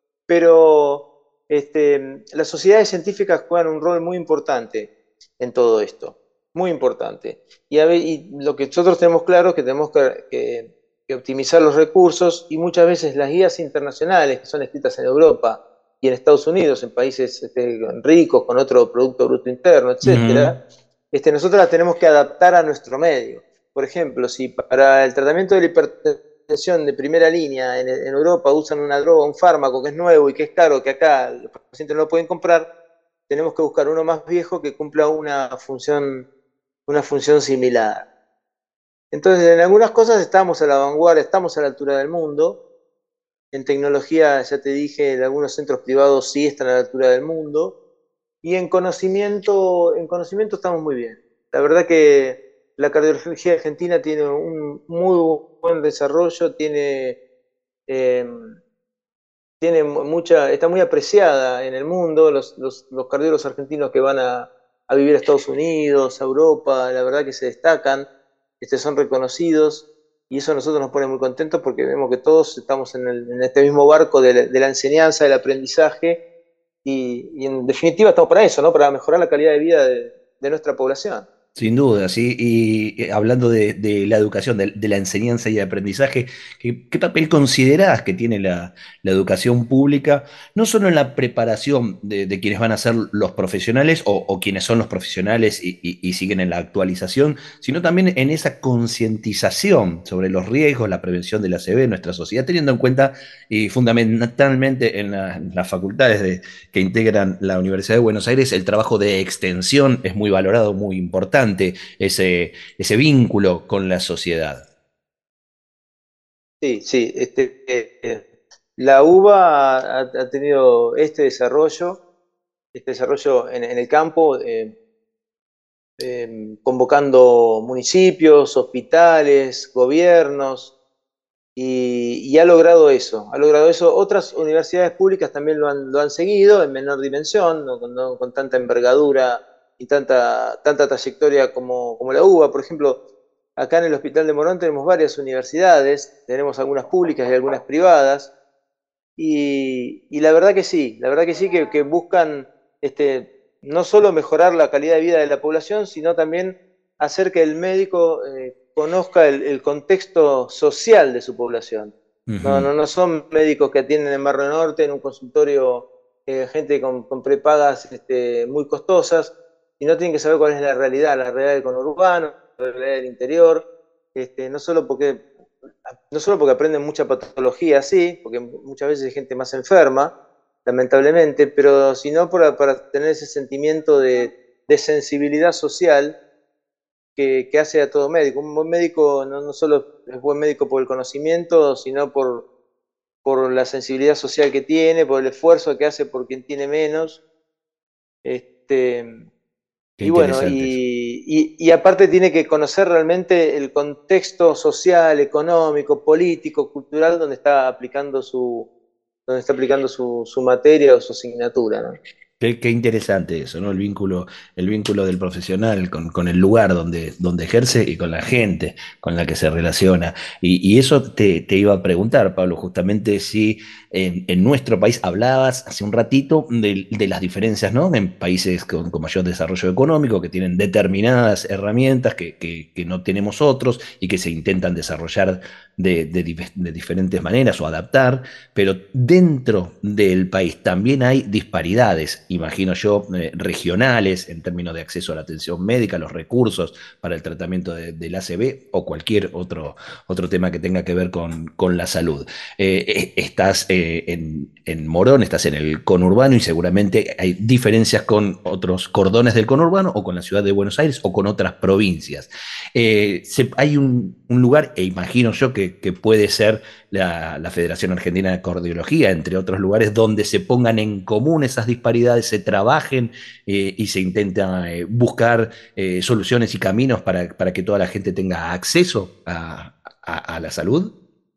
pero este, las sociedades científicas juegan un rol muy importante en todo esto, muy importante. Y, a ver, y lo que nosotros tenemos claro es que tenemos que, que, que optimizar los recursos y muchas veces las guías internacionales que son escritas en Europa y en Estados Unidos, en países este, ricos, con otro Producto Bruto Interno, Ujú. etcétera, este, nosotros las tenemos que adaptar a nuestro medio. Por ejemplo, si para el tratamiento de la hipertensión de primera línea en, en Europa usan una droga, un fármaco que es nuevo y que es caro, que acá los pacientes no lo pueden comprar, tenemos que buscar uno más viejo que cumpla una función, una función similar. Entonces, en algunas cosas estamos a la vanguardia, estamos a la altura del mundo. En tecnología, ya te dije, en algunos centros privados sí están a la altura del mundo. Y en conocimiento, en conocimiento estamos muy bien. La verdad que la cardiología argentina tiene un muy buen desarrollo, tiene, eh, tiene mucha, está muy apreciada en el mundo. Los, los, los cardiólogos argentinos que van a, a, vivir a Estados Unidos, a Europa, la verdad que se destacan, este, son reconocidos. y eso a nosotros nos pone muy contentos porque vemos que todos estamos en, el- en este mismo barco de la, de la enseñanza, del aprendizaje, y, y en definitiva estamos para eso, ¿no? Para mejorar la calidad de vida de, de nuestra población. Sin duda, sí. Y eh, hablando de, de la educación, de, de la enseñanza y el aprendizaje, ¿qué, qué papel considerás que tiene la, la educación pública, no solo en la preparación de, de quienes van a ser los profesionales o, o quienes son los profesionales y, y- y siguen en la actualización, sino también en esa concientización sobre los riesgos, la prevención de la A C V en nuestra sociedad, teniendo en cuenta y fundamentalmente en, la- en las facultades de, que integran la Universidad de Buenos Aires, el trabajo de extensión es muy valorado, muy importante, ese, ese vínculo con la sociedad. Sí, sí, este, eh, la UBA ha, ha tenido este desarrollo, este desarrollo en, en el campo, eh, eh, convocando municipios, hospitales, gobiernos, y, y ha logrado eso, ha logrado eso. Otras universidades públicas también lo han, lo han seguido en menor dimensión, no, con no con tanta envergadura y tanta, tanta trayectoria como, como la UBA. Por ejemplo, acá en el Hospital de Morón tenemos varias universidades, tenemos algunas públicas y algunas privadas, y, y la verdad que sí, la verdad que sí, que, que buscan este, no solo mejorar la calidad de vida de la población, sino también hacer que el médico eh, conozca el, el contexto social de su población. No, Ujú. no, no son médicos que atienden en Barrio Norte, en un consultorio, eh, gente con, con prepagas este, muy costosas, y no tienen que saber cuál es la realidad, la realidad del conurbano, la realidad del interior, este, no solo porque no solo porque aprenden mucha patología, sí, porque muchas veces hay gente más enferma, lamentablemente, pero sino para, para tener ese sentimiento de, de sensibilidad social que, que, hace a todo médico. Un buen médico no, no solo es buen médico por el conocimiento, sino por, por la sensibilidad social que tiene, por el esfuerzo que hace por quien tiene menos. Este, Qué y bueno, interesante eso. y, y, y, aparte tiene que conocer realmente el contexto social, económico, político, cultural donde está aplicando su, donde está aplicando su, su materia o su asignatura, ¿no? Qué, qué interesante eso, ¿no? El vínculo, el vínculo del profesional con, con el lugar donde, donde ejerce y con la gente con la que se relaciona. Y, y eso te, te iba a preguntar, Pablo, justamente si en, en nuestro país hablabas hace un ratito de, de las diferencias, ¿no? En países con, con mayor desarrollo económico, que tienen determinadas herramientas que, que- que no tenemos otros y que se intentan desarrollar de, de dif- de diferentes maneras o adaptar, pero dentro del país también hay disparidades, imagino yo, eh, regionales en términos de acceso a la atención médica, los recursos para el tratamiento de- del A C V o cualquier otro, otro tema que tenga que ver con, con la salud. Eh, eh, estás eh, en, en Morón, estás en el conurbano y seguramente hay diferencias con otros cordones del conurbano o con la ciudad de Buenos Aires o con otras provincias. Eh, se- hay un, un lugar, e imagino yo que, que puede ser la, la Federación Argentina de Cardiología, entre otros lugares, donde se pongan en común esas disparidades, se trabajen eh, y se intenta eh, buscar eh, soluciones y caminos para, para que toda la gente tenga acceso a, a- a la salud.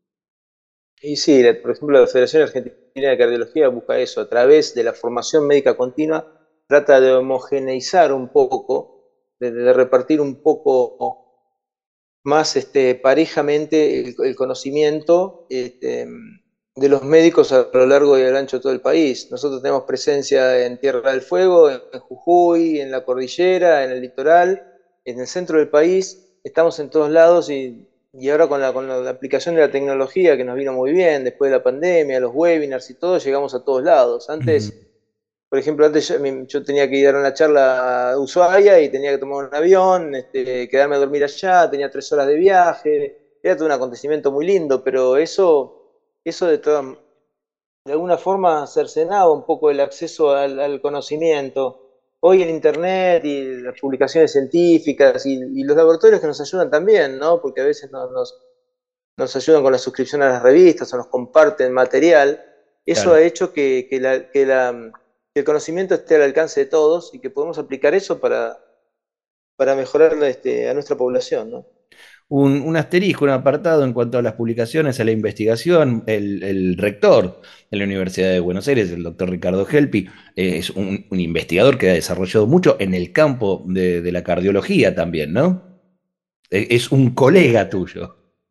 Y sí, la- por ejemplo, la Federación Argentina de Cardiología busca eso, a través de la formación médica continua, trata de homogeneizar un poco, de, de repartir un poco más este, parejamente el, el conocimiento este, de los médicos a lo largo y a lo ancho de todo el país. Nosotros tenemos presencia en Tierra del Fuego, en Jujuy, en la cordillera, en el litoral, en el centro del país. Estamos en todos lados y, y ahora con la, con la aplicación de la tecnología que nos vino muy bien, después de la pandemia, los webinars y todo, llegamos a todos lados. Ujú. Antes por ejemplo, antes yo, yo tenía que ir a dar una charla a Ushuaia y tenía que tomar un avión, este, quedarme a dormir allá, tenía tres horas de viaje, era todo un acontecimiento muy lindo, pero eso, eso de, toda, de alguna forma cercenaba un poco el acceso al, al conocimiento. Hoy el Internet y las publicaciones científicas y, y los laboratorios que nos ayudan también, ¿no? Porque a veces nos, nos, nos ayudan con la suscripción a las revistas o nos comparten material, eso Claro. ha hecho que, que, la, que, la, que el conocimiento esté al alcance de todos y que podemos aplicar eso para, para mejorar este, a nuestra población, ¿no? Un, un asterisco, un apartado en cuanto a las publicaciones, a la investigación. El, el rector de la Universidad de Buenos Aires, el doctor Ricardo Helpi, eh, es un, un investigador que ha desarrollado mucho en el campo de, de la cardiología también, ¿no? Eh, Es un Sí, colega tuyo.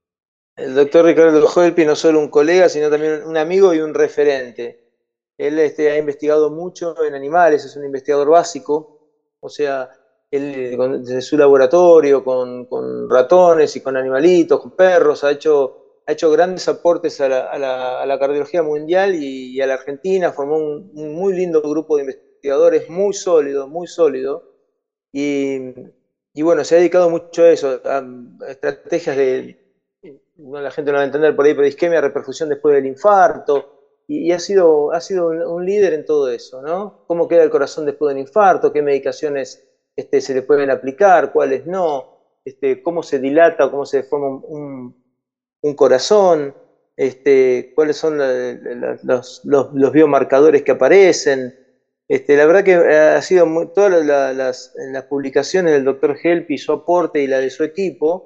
El doctor Ricardo Helpi no solo un colega, sino también un amigo y un referente. Él este, ha investigado mucho en animales, es un investigador básico, o sea, él eh, con- desde su laboratorio con, con ratones y con animalitos, con perros, ha hecho, ha hecho grandes aportes a la, a la- a la cardiología mundial y, y a la Argentina, formó un, un muy lindo grupo de investigadores, muy sólido, muy sólido, y, y bueno, se ha dedicado mucho a eso, a, a estrategias de, bueno, la gente no va a entender por ahí, pero isquemia, reperfusión después del infarto, y, y ha sido, ha sido un, un líder en todo eso, ¿no? ¿Cómo queda el corazón después de un infarto? ¿Qué medicaciones este, se le pueden aplicar? ¿Cuáles no? Este, ¿cómo se dilata o cómo se deforma un, un- un corazón? Este, ¿cuáles son la- la- los, los- los biomarcadores que aparecen? Este, la verdad que ha sido muy, todas la- las, en las publicaciones del doctor Help y su aporte y la de su equipo,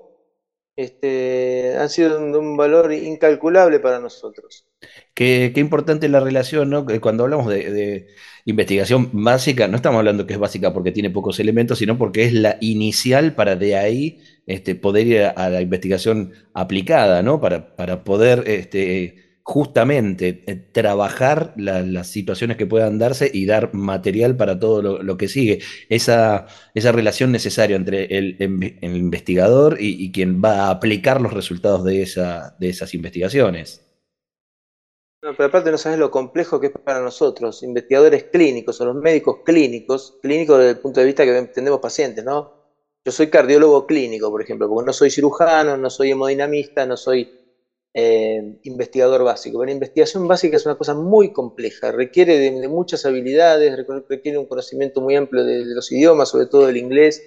este, han sido de un valor incalculable para nosotros. Qué, qué importante la relación, ¿no? Que cuando hablamos de, de investigación básica, no estamos hablando que es básica porque tiene pocos elementos, sino porque es la inicial para de ahí este, poder ir a, a la investigación aplicada, ¿no? Para, para poder este, justamente eh, trabajar la- las situaciones que puedan darse y dar material para todo lo, lo que sigue. Esa, esa relación necesaria entre el, inve- el investigador y, y quien va a aplicar los resultados de, esa, de esas investigaciones. No, pero aparte no sabes lo complejo que es para nosotros, investigadores clínicos o los médicos clínicos, clínicos desde el punto de vista que entendemos pacientes, ¿no? Yo soy cardiólogo clínico, por ejemplo, porque no soy cirujano, no soy hemodinamista, no soy eh, investigador básico. Pero la investigación básica es una cosa muy compleja, requiere de, de muchas habilidades, requiere un conocimiento muy amplio de, de los idiomas, sobre todo del inglés,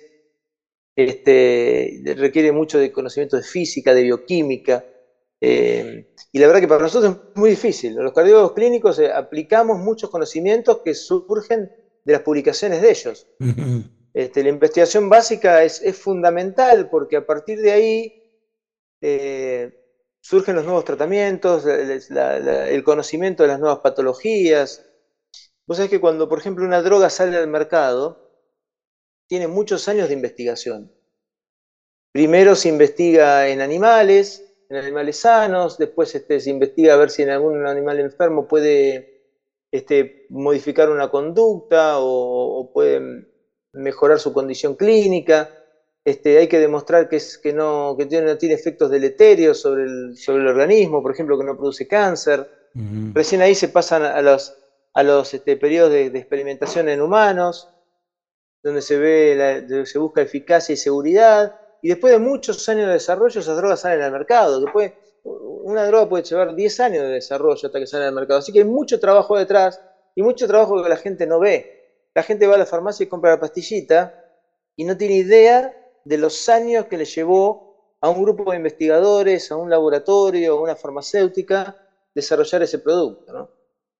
este, requiere mucho de conocimiento de física, de bioquímica, eh, y la verdad que para nosotros es muy difícil. Los cardiólogos clínicos eh, aplicamos muchos conocimientos que surgen de las publicaciones de ellos. Este, la investigación básica es, es fundamental porque a partir de ahí eh, surgen los nuevos tratamientos, la- la- el conocimiento de las nuevas patologías. Vos sabés que cuando, por ejemplo, una droga sale al mercado, tiene muchos años de investigación. Primero se investiga en animales, en animales sanos, después este, se investiga a ver si en algún animal enfermo puede este, modificar una conducta o, o puede mejorar su condición clínica. Este, hay que demostrar que, es, que, no, que tiene, no tiene efectos deleterios sobre el, sobre el organismo, por ejemplo, que no produce cáncer. Ujú. Recién ahí se pasan a los, a los este, periodos de, de experimentación en humanos, donde se ve la- se busca eficacia y seguridad, y después de muchos años de desarrollo esas drogas salen al mercado. Después, una droga puede llevar diez años de desarrollo hasta que sale al mercado. Así que hay mucho trabajo detrás y mucho trabajo que la gente no ve. La gente va a la farmacia y compra la pastillita y no tiene idea de los años que le llevó a un grupo de investigadores, a un laboratorio, a una farmacéutica desarrollar ese producto, ¿no?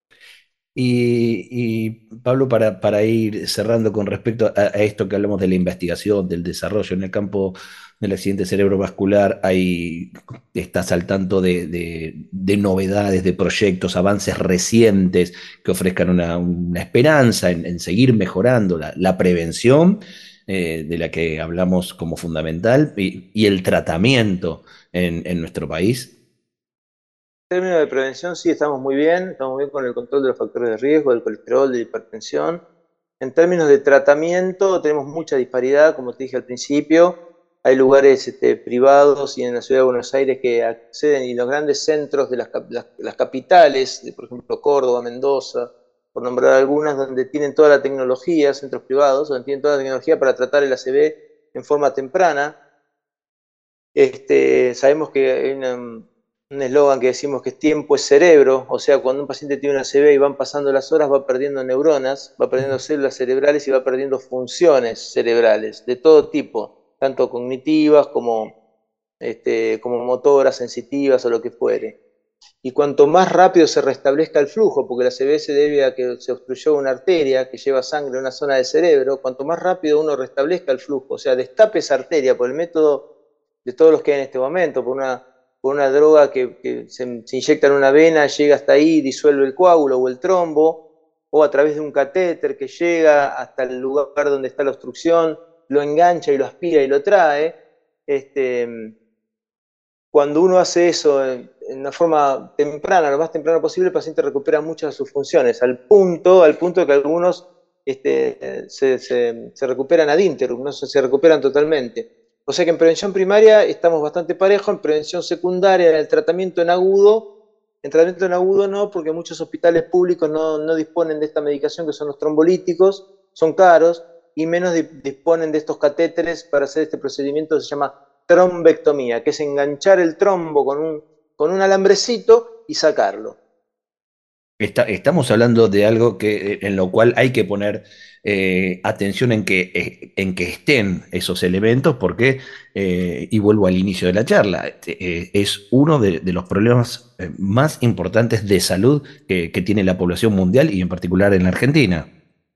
Y, y, Pablo, para, para ir cerrando con respecto a, a esto que hablamos de la investigación, del desarrollo en el campo del accidente cerebrovascular, ahí estás al tanto de, de- de novedades, de proyectos, avances recientes que ofrezcan una, una esperanza en, en seguir mejorando la, la prevención, eh, de la que hablamos como fundamental, y, y el tratamiento en, en nuestro país. En términos de prevención, sí, estamos muy bien, estamos muy bien con el control de los factores de riesgo, del colesterol, de la hipertensión. En términos de tratamiento, tenemos mucha disparidad, como te dije al principio. Hay lugares este, privados y en la ciudad de Buenos Aires que acceden y los grandes centros de las, cap- las- las capitales, de, por ejemplo Córdoba, Mendoza, por nombrar algunas, donde tienen toda la tecnología, centros privados, donde tienen toda la tecnología para tratar el A C V en forma temprana. Este, sabemos que hay una- un eslogan que decimos que es tiempo es cerebro, o sea, cuando un paciente tiene una A C V y van pasando las horas, va perdiendo neuronas, va perdiendo células cerebrales y va perdiendo funciones cerebrales de todo tipo, tanto cognitivas como, este, como motoras, sensitivas o lo que fuere. Y cuanto más rápido se restablezca el flujo, porque la A C V se debe a que se obstruyó una arteria que lleva sangre a una zona del cerebro, cuanto más rápido uno restablezca el flujo, o sea, destape esa arteria por el método de todos los que hay en este momento, por una, por una droga que, que se, se inyecta en una vena, llega hasta ahí, disuelve el coágulo o el trombo, o a través de un catéter que llega hasta el lugar donde está la obstrucción, lo engancha y lo aspira y lo trae. Este, cuando uno hace eso en, en una forma temprana, lo más temprano posible, el paciente recupera muchas de sus funciones, al punto, al punto de que algunos este, se, se, se recuperan ad interim, no se, se recuperan totalmente. O sea que en prevención primaria estamos bastante parejos, en prevención secundaria, en el tratamiento en agudo, en tratamiento en agudo no, porque muchos hospitales públicos no, no disponen de esta medicación, que son los trombolíticos, son caros, y menos di- disponen de estos catéteres para hacer este procedimiento que se llama trombectomía, que es enganchar el trombo con un, con un alambrecito y sacarlo. Está- estamos hablando de algo que, eh, en lo cual hay que poner eh, atención en que, eh, en que estén esos elementos, porque, eh, y vuelvo al inicio de la charla, eh, es uno de, de los problemas eh, más importantes de salud que, que tiene la población mundial y en particular en la Argentina.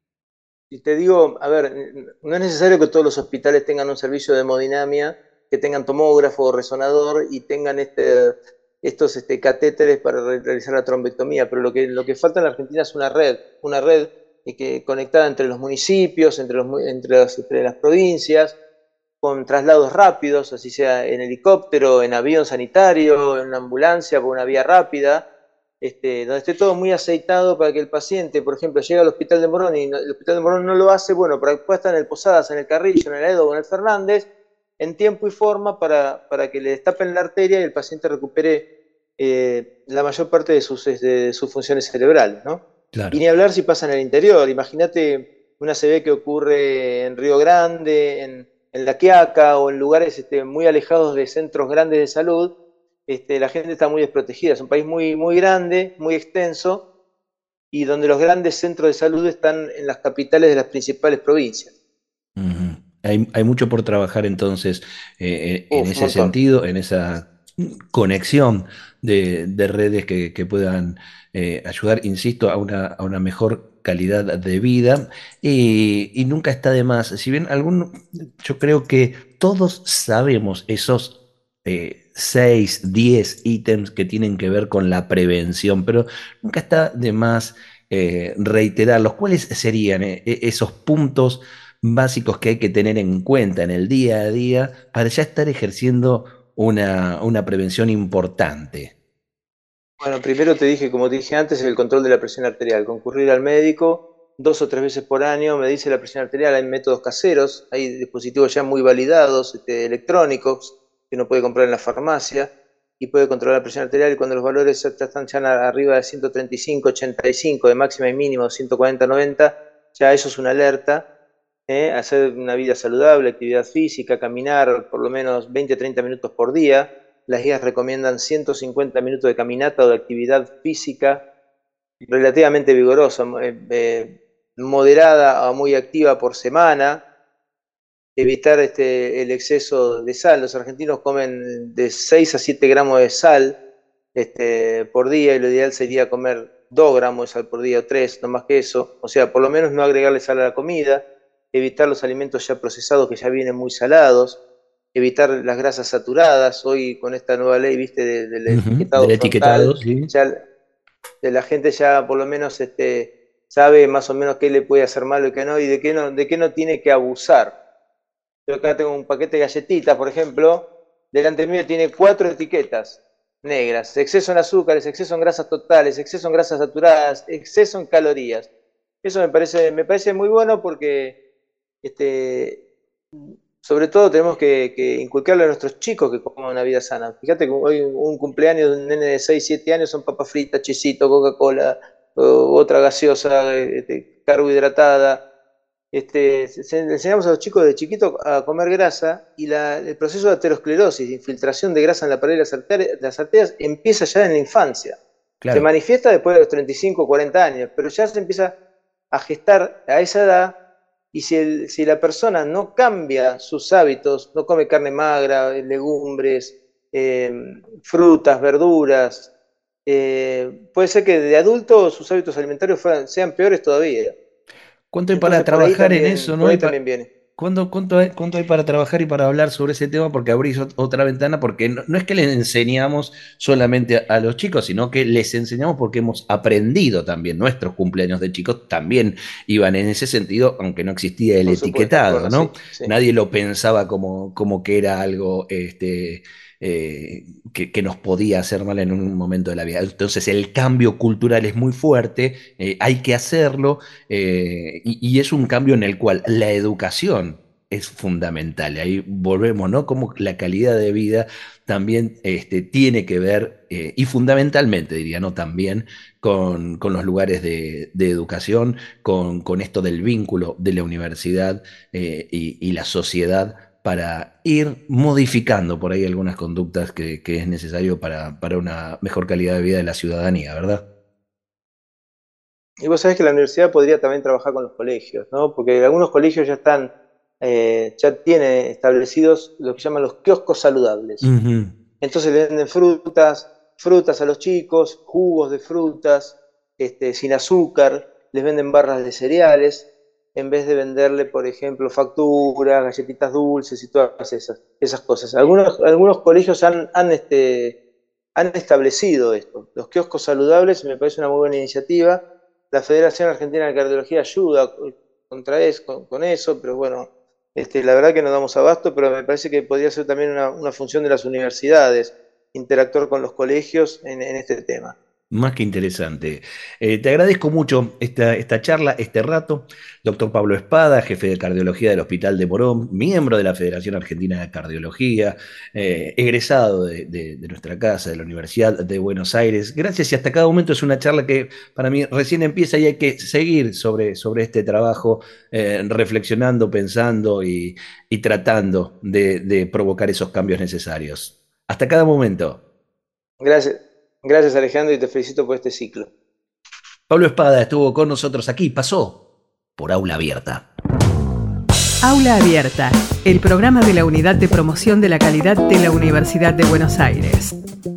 Y te digo, a ver, no es necesario que todos los hospitales tengan un servicio de hemodinamia, que tengan tomógrafo o resonador y tengan este, estos este, catéteres para re- realizar la trombectomía, pero lo que, lo que falta en la Argentina es una red, una red eh, que, conectada entre los municipios, entre, los, mu- entre, las, entre las provincias, con traslados rápidos, así sea en helicóptero, en avión sanitario, en una ambulancia por una vía rápida, este, donde esté todo muy aceitado para que el paciente, por ejemplo, llega al hospital de Morón y no- el hospital de Morón no lo hace, bueno, para que pueda estar en el Posadas, en el Carrillo, en el Edo o en el Fernández, en tiempo y forma para, para que le destapen la arteria y el paciente recupere eh, la mayor parte de sus, de sus funciones cerebrales, ¿no? Y Claro. ni hablar si pasa en el interior. Imagínate una C V que ocurre en Río Grande, en, en La Quiaca o en lugares este, muy alejados de centros grandes de salud. Este, la gente está muy desprotegida. Es un país muy, muy grande, muy extenso y donde los grandes centros de salud están en las capitales de las principales provincias. Ujú. Hay, hay mucho por trabajar entonces eh, en Uf, un ese montón. sentido, en esa conexión de, de redes que, que puedan eh, ayudar, insisto, a una, a una mejor calidad de vida. Y, y nunca está de más. Si bien algún, yo creo que todos sabemos esos eh, seis, diez ítems que tienen que ver con la prevención, pero nunca está de más eh, reiterarlos. ¿Cuáles serían eh, e- esos puntos básicos que hay que tener en cuenta en el día a día para ya estar ejerciendo una, una prevención importante? Bueno, primero te dije, como te dije antes, el control de la presión arterial. Concurrir al médico dos o tres veces por año, me dice la presión arterial. Hay métodos caseros, hay dispositivos ya muy validados, este, electrónicos, que uno puede comprar en la farmacia y puede controlar la presión arterial. Y cuando los valores ya están ya arriba de ciento treinta y cinco, ochenta y cinco, de máxima y mínimo, ciento cuarenta, noventa, ya eso es una alerta. ¿Eh? Hacer una vida saludable, actividad física, caminar por lo menos veinte a treinta minutos por día. Las guías recomiendan ciento cincuenta minutos de caminata o de actividad física relativamente vigorosa, eh, eh, moderada o muy activa por semana. Evitar este, el exceso de sal. Los argentinos comen de seis a siete gramos de sal este, por día y lo ideal sería comer dos gramos de sal por día o tres, no más que eso. O sea, por lo menos no agregarle sal a la comida, evitar los alimentos ya procesados que ya vienen muy salados, evitar las grasas saturadas. Hoy con esta nueva ley, viste, de- del Ujú. etiquetado Del etiquetado, frontal, sí. ya de la gente ya por lo menos este, sabe más o menos qué le puede hacer mal y qué no, y de qué no, de qué no tiene que abusar. Yo acá tengo un paquete de galletitas, por ejemplo, delante mío tiene cuatro etiquetas negras: exceso en azúcares, exceso en grasas totales, exceso en grasas saturadas, exceso en calorías. Eso me parece, me parece muy bueno porque este, sobre todo tenemos que, que inculcarle a nuestros chicos que coman una vida sana. Fíjate que hoy un cumpleaños de un nene de seis siete años son papas fritas, chisito, Coca-Cola, o otra gaseosa, este, carbohidratada. Este, se- se- le enseñamos a los chicos de chiquito a comer grasa y la- el proceso de aterosclerosis, de infiltración de grasa en la pared de las arterias, las arterias empieza ya en la infancia. Se Claro. manifiesta después de los treinta y cinco o cuarenta años, pero ya se empieza a gestar a esa edad y si, el- si la persona no cambia sus hábitos, no come carne magra, legumbres, eh, frutas, verduras, eh, puede ser que de adulto sus hábitos alimentarios fueran- sean peores todavía. ¿Cuánto hay para Entonces por ahí trabajar en también, eso, por no? Y ahí pa- también viene. ¿Cuánto, cuánto hay, cuánto hay para trabajar y para hablar sobre ese tema? Porque abrís ot- otra ventana, porque no, no es que les enseñamos solamente a, a los chicos, sino que les enseñamos porque hemos aprendido también. Nuestros cumpleaños de chicos también iban en ese sentido, aunque no existía el Por supuesto, etiquetado, fueron así, ¿no? sí. Nadie lo pensaba como, como que era algo este, eh, que, que nos podía hacer mal en un momento de la vida. Entonces el cambio cultural es muy fuerte, eh, hay que hacerlo, eh, y, y es un cambio en el cual la educación es fundamental. Ahí volvemos, ¿no? Como la calidad de vida también este, tiene que ver, eh, y fundamentalmente diría, ¿no? También con, con los lugares de, de educación, con, con esto del vínculo de la universidad eh, y, y la sociedad, para ir modificando por ahí algunas conductas que, que es necesario para, para una mejor calidad de vida de la ciudadanía, ¿verdad? Y vos sabés que la universidad podría también trabajar con los colegios, ¿no? Porque algunos colegios ya están, eh, ya tienen establecidos lo que llaman los kioscos saludables. Uh-huh. Entonces le venden frutas, frutas a los chicos, jugos de frutas, este, sin azúcar, les venden barras de cereales, en vez de venderle, por ejemplo, facturas, galletitas dulces y todas esas, esas cosas. Algunos, algunos colegios han, han, este, han establecido esto, los kioscos saludables, y me parece una muy buena iniciativa. La Federación Argentina de Cardiología ayuda contra eso, con, con eso, pero bueno, este, la verdad que no damos abasto, pero me parece que podría ser también una, una función de las universidades, interactuar con los colegios en, en este tema. Más que interesante. Eh, te agradezco mucho esta, esta charla, este rato. Doctor Pablo Espada, jefe de cardiología del Hospital de Morón, miembro de la Federación Argentina de Cardiología, eh, egresado de, de, de nuestra casa, de la Universidad de Buenos Aires. Gracias, y hasta cada momento es una charla que para mí recién empieza y hay que seguir sobre, sobre este trabajo, eh, reflexionando, pensando y, y tratando de, de provocar esos cambios necesarios. Hasta cada momento. Gracias. Gracias, Alejandro, y te felicito por este ciclo. Pablo Espada estuvo con nosotros aquí, pasó por Aula Abierta. Aula Abierta, el programa de la Unidad de Promoción de la Calidad de la Universidad de Buenos Aires.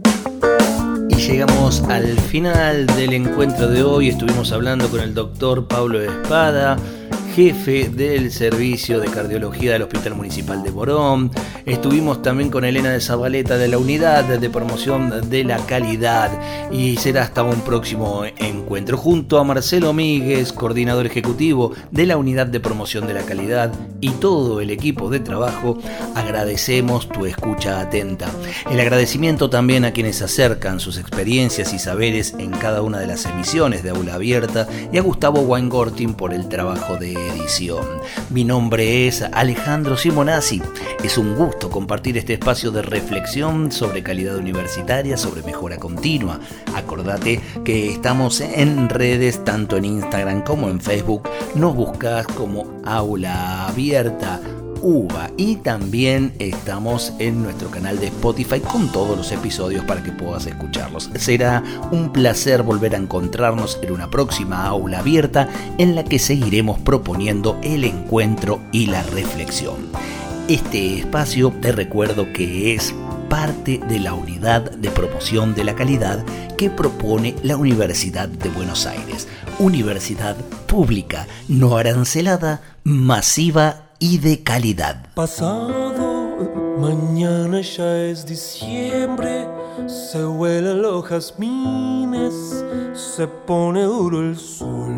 Y llegamos al final del encuentro de hoy. Estuvimos hablando con el doctor Pablo Espada, jefe del servicio de cardiología del Hospital Municipal de Morón. Estuvimos también con Elena de Zabaleta de la Unidad de Promoción de la Calidad, y será hasta un próximo encuentro. Junto a Marcelo Míguez, coordinador ejecutivo de la Unidad de Promoción de la Calidad, y todo el equipo de trabajo, agradecemos tu escucha atenta. El agradecimiento también a quienes acercan sus experiencias y saberes en cada una de las emisiones de Aula Abierta, y a Gustavo Weingarten por el trabajo de edición. Mi nombre es Alejandro Simonazzi. Es un gusto compartir este espacio de reflexión sobre calidad universitaria, sobre mejora continua. Acordate que estamos en redes, tanto en Instagram como en Facebook. Nos buscas como Aula Abierta U B A, y también estamos en nuestro canal de Spotify con todos los episodios para que puedas escucharlos. Será un placer volver a encontrarnos en una próxima Aula Abierta, en la que seguiremos proponiendo el encuentro y la reflexión. Este espacio, te recuerdo que es parte de la Unidad de Promoción de la Calidad que propone la Universidad de Buenos Aires. Universidad pública, no arancelada, masiva y de calidad. Pasado mañana ya es diciembre, se huelen los jazmines, se pone duro el sol.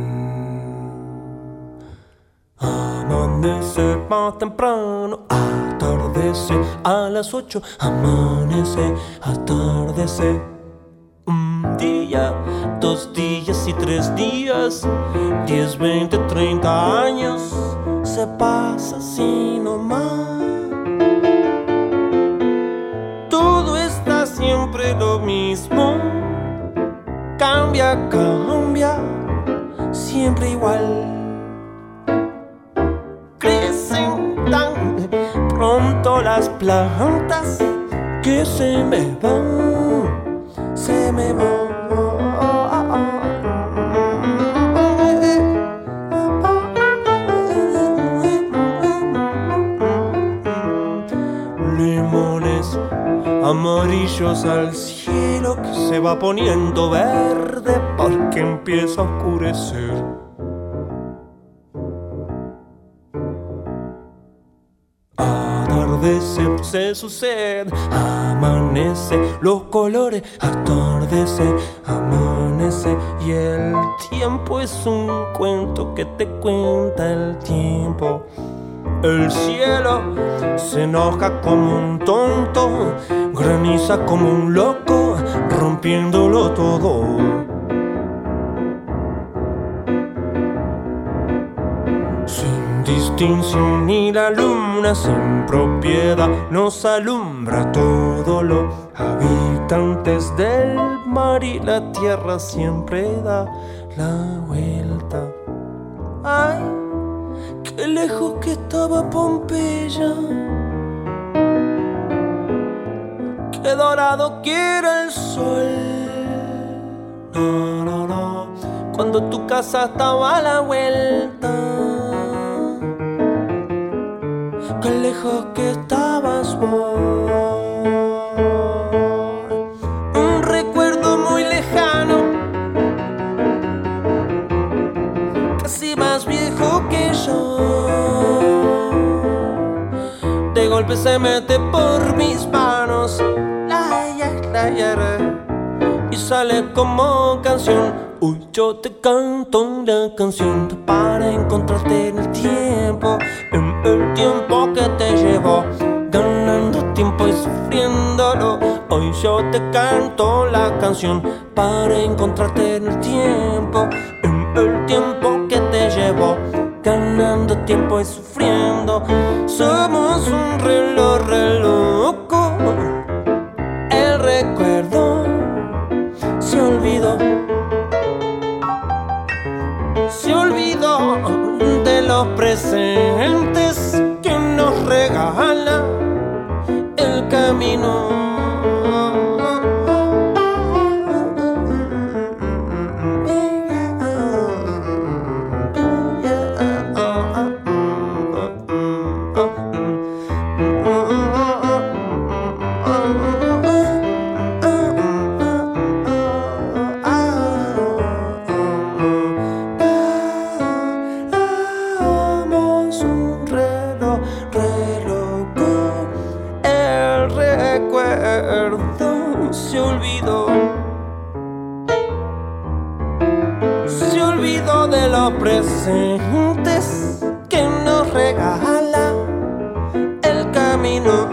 Amanece más temprano, atardece a las ocho, amanece, atardece. Un día, dos días y tres días, diez, veinte, treinta años, se pasa así nomás. Todo está siempre lo mismo, cambia, cambia, siempre igual. Crecen tan pronto las plantas que se me van, se me van. Limones amarillos al cielo que se va poniendo verde porque empieza a oscurecer. Atardece, se sucede, amanece, los colores, atardece, amanece, y el tiempo es un cuento que te cuenta el tiempo. El cielo se enoja como un tonto, graniza como un loco, rompiéndolo todo. Sin distinción ni la luna sin propiedad nos alumbra todo. Los habitantes del mar y la tierra siempre da la vuelta. Ay, qué lejos que estaba Pompeya, qué dorado que era el sol. No, no, no, cuando tu casa estaba a la vuelta, qué lejos que estabas vos. Un recuerdo muy lejano, casi más viejo que yo. De golpe se mete por mis manos, la, ya, la, ya, y sale como canción. Hoy yo te canto una canción para encontrarte en el tiempo, en el tiempo que te llevó, ganando tiempo y sufriéndolo. Hoy yo te canto la canción para encontrarte en el tiempo, en el tiempo que te llevó, ganando tiempo y sufriendo. Somos un reloj, re loco. El recuerdo se olvidó, se olvidó de los presentes que nos regala el camino. Se olvidó, se olvidó de los presentes que nos regala el camino.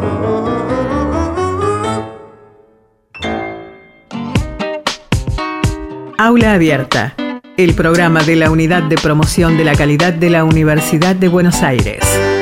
Aula Abierta, el programa de la Unidad de Promoción de la Calidad de la Universidad de Buenos Aires.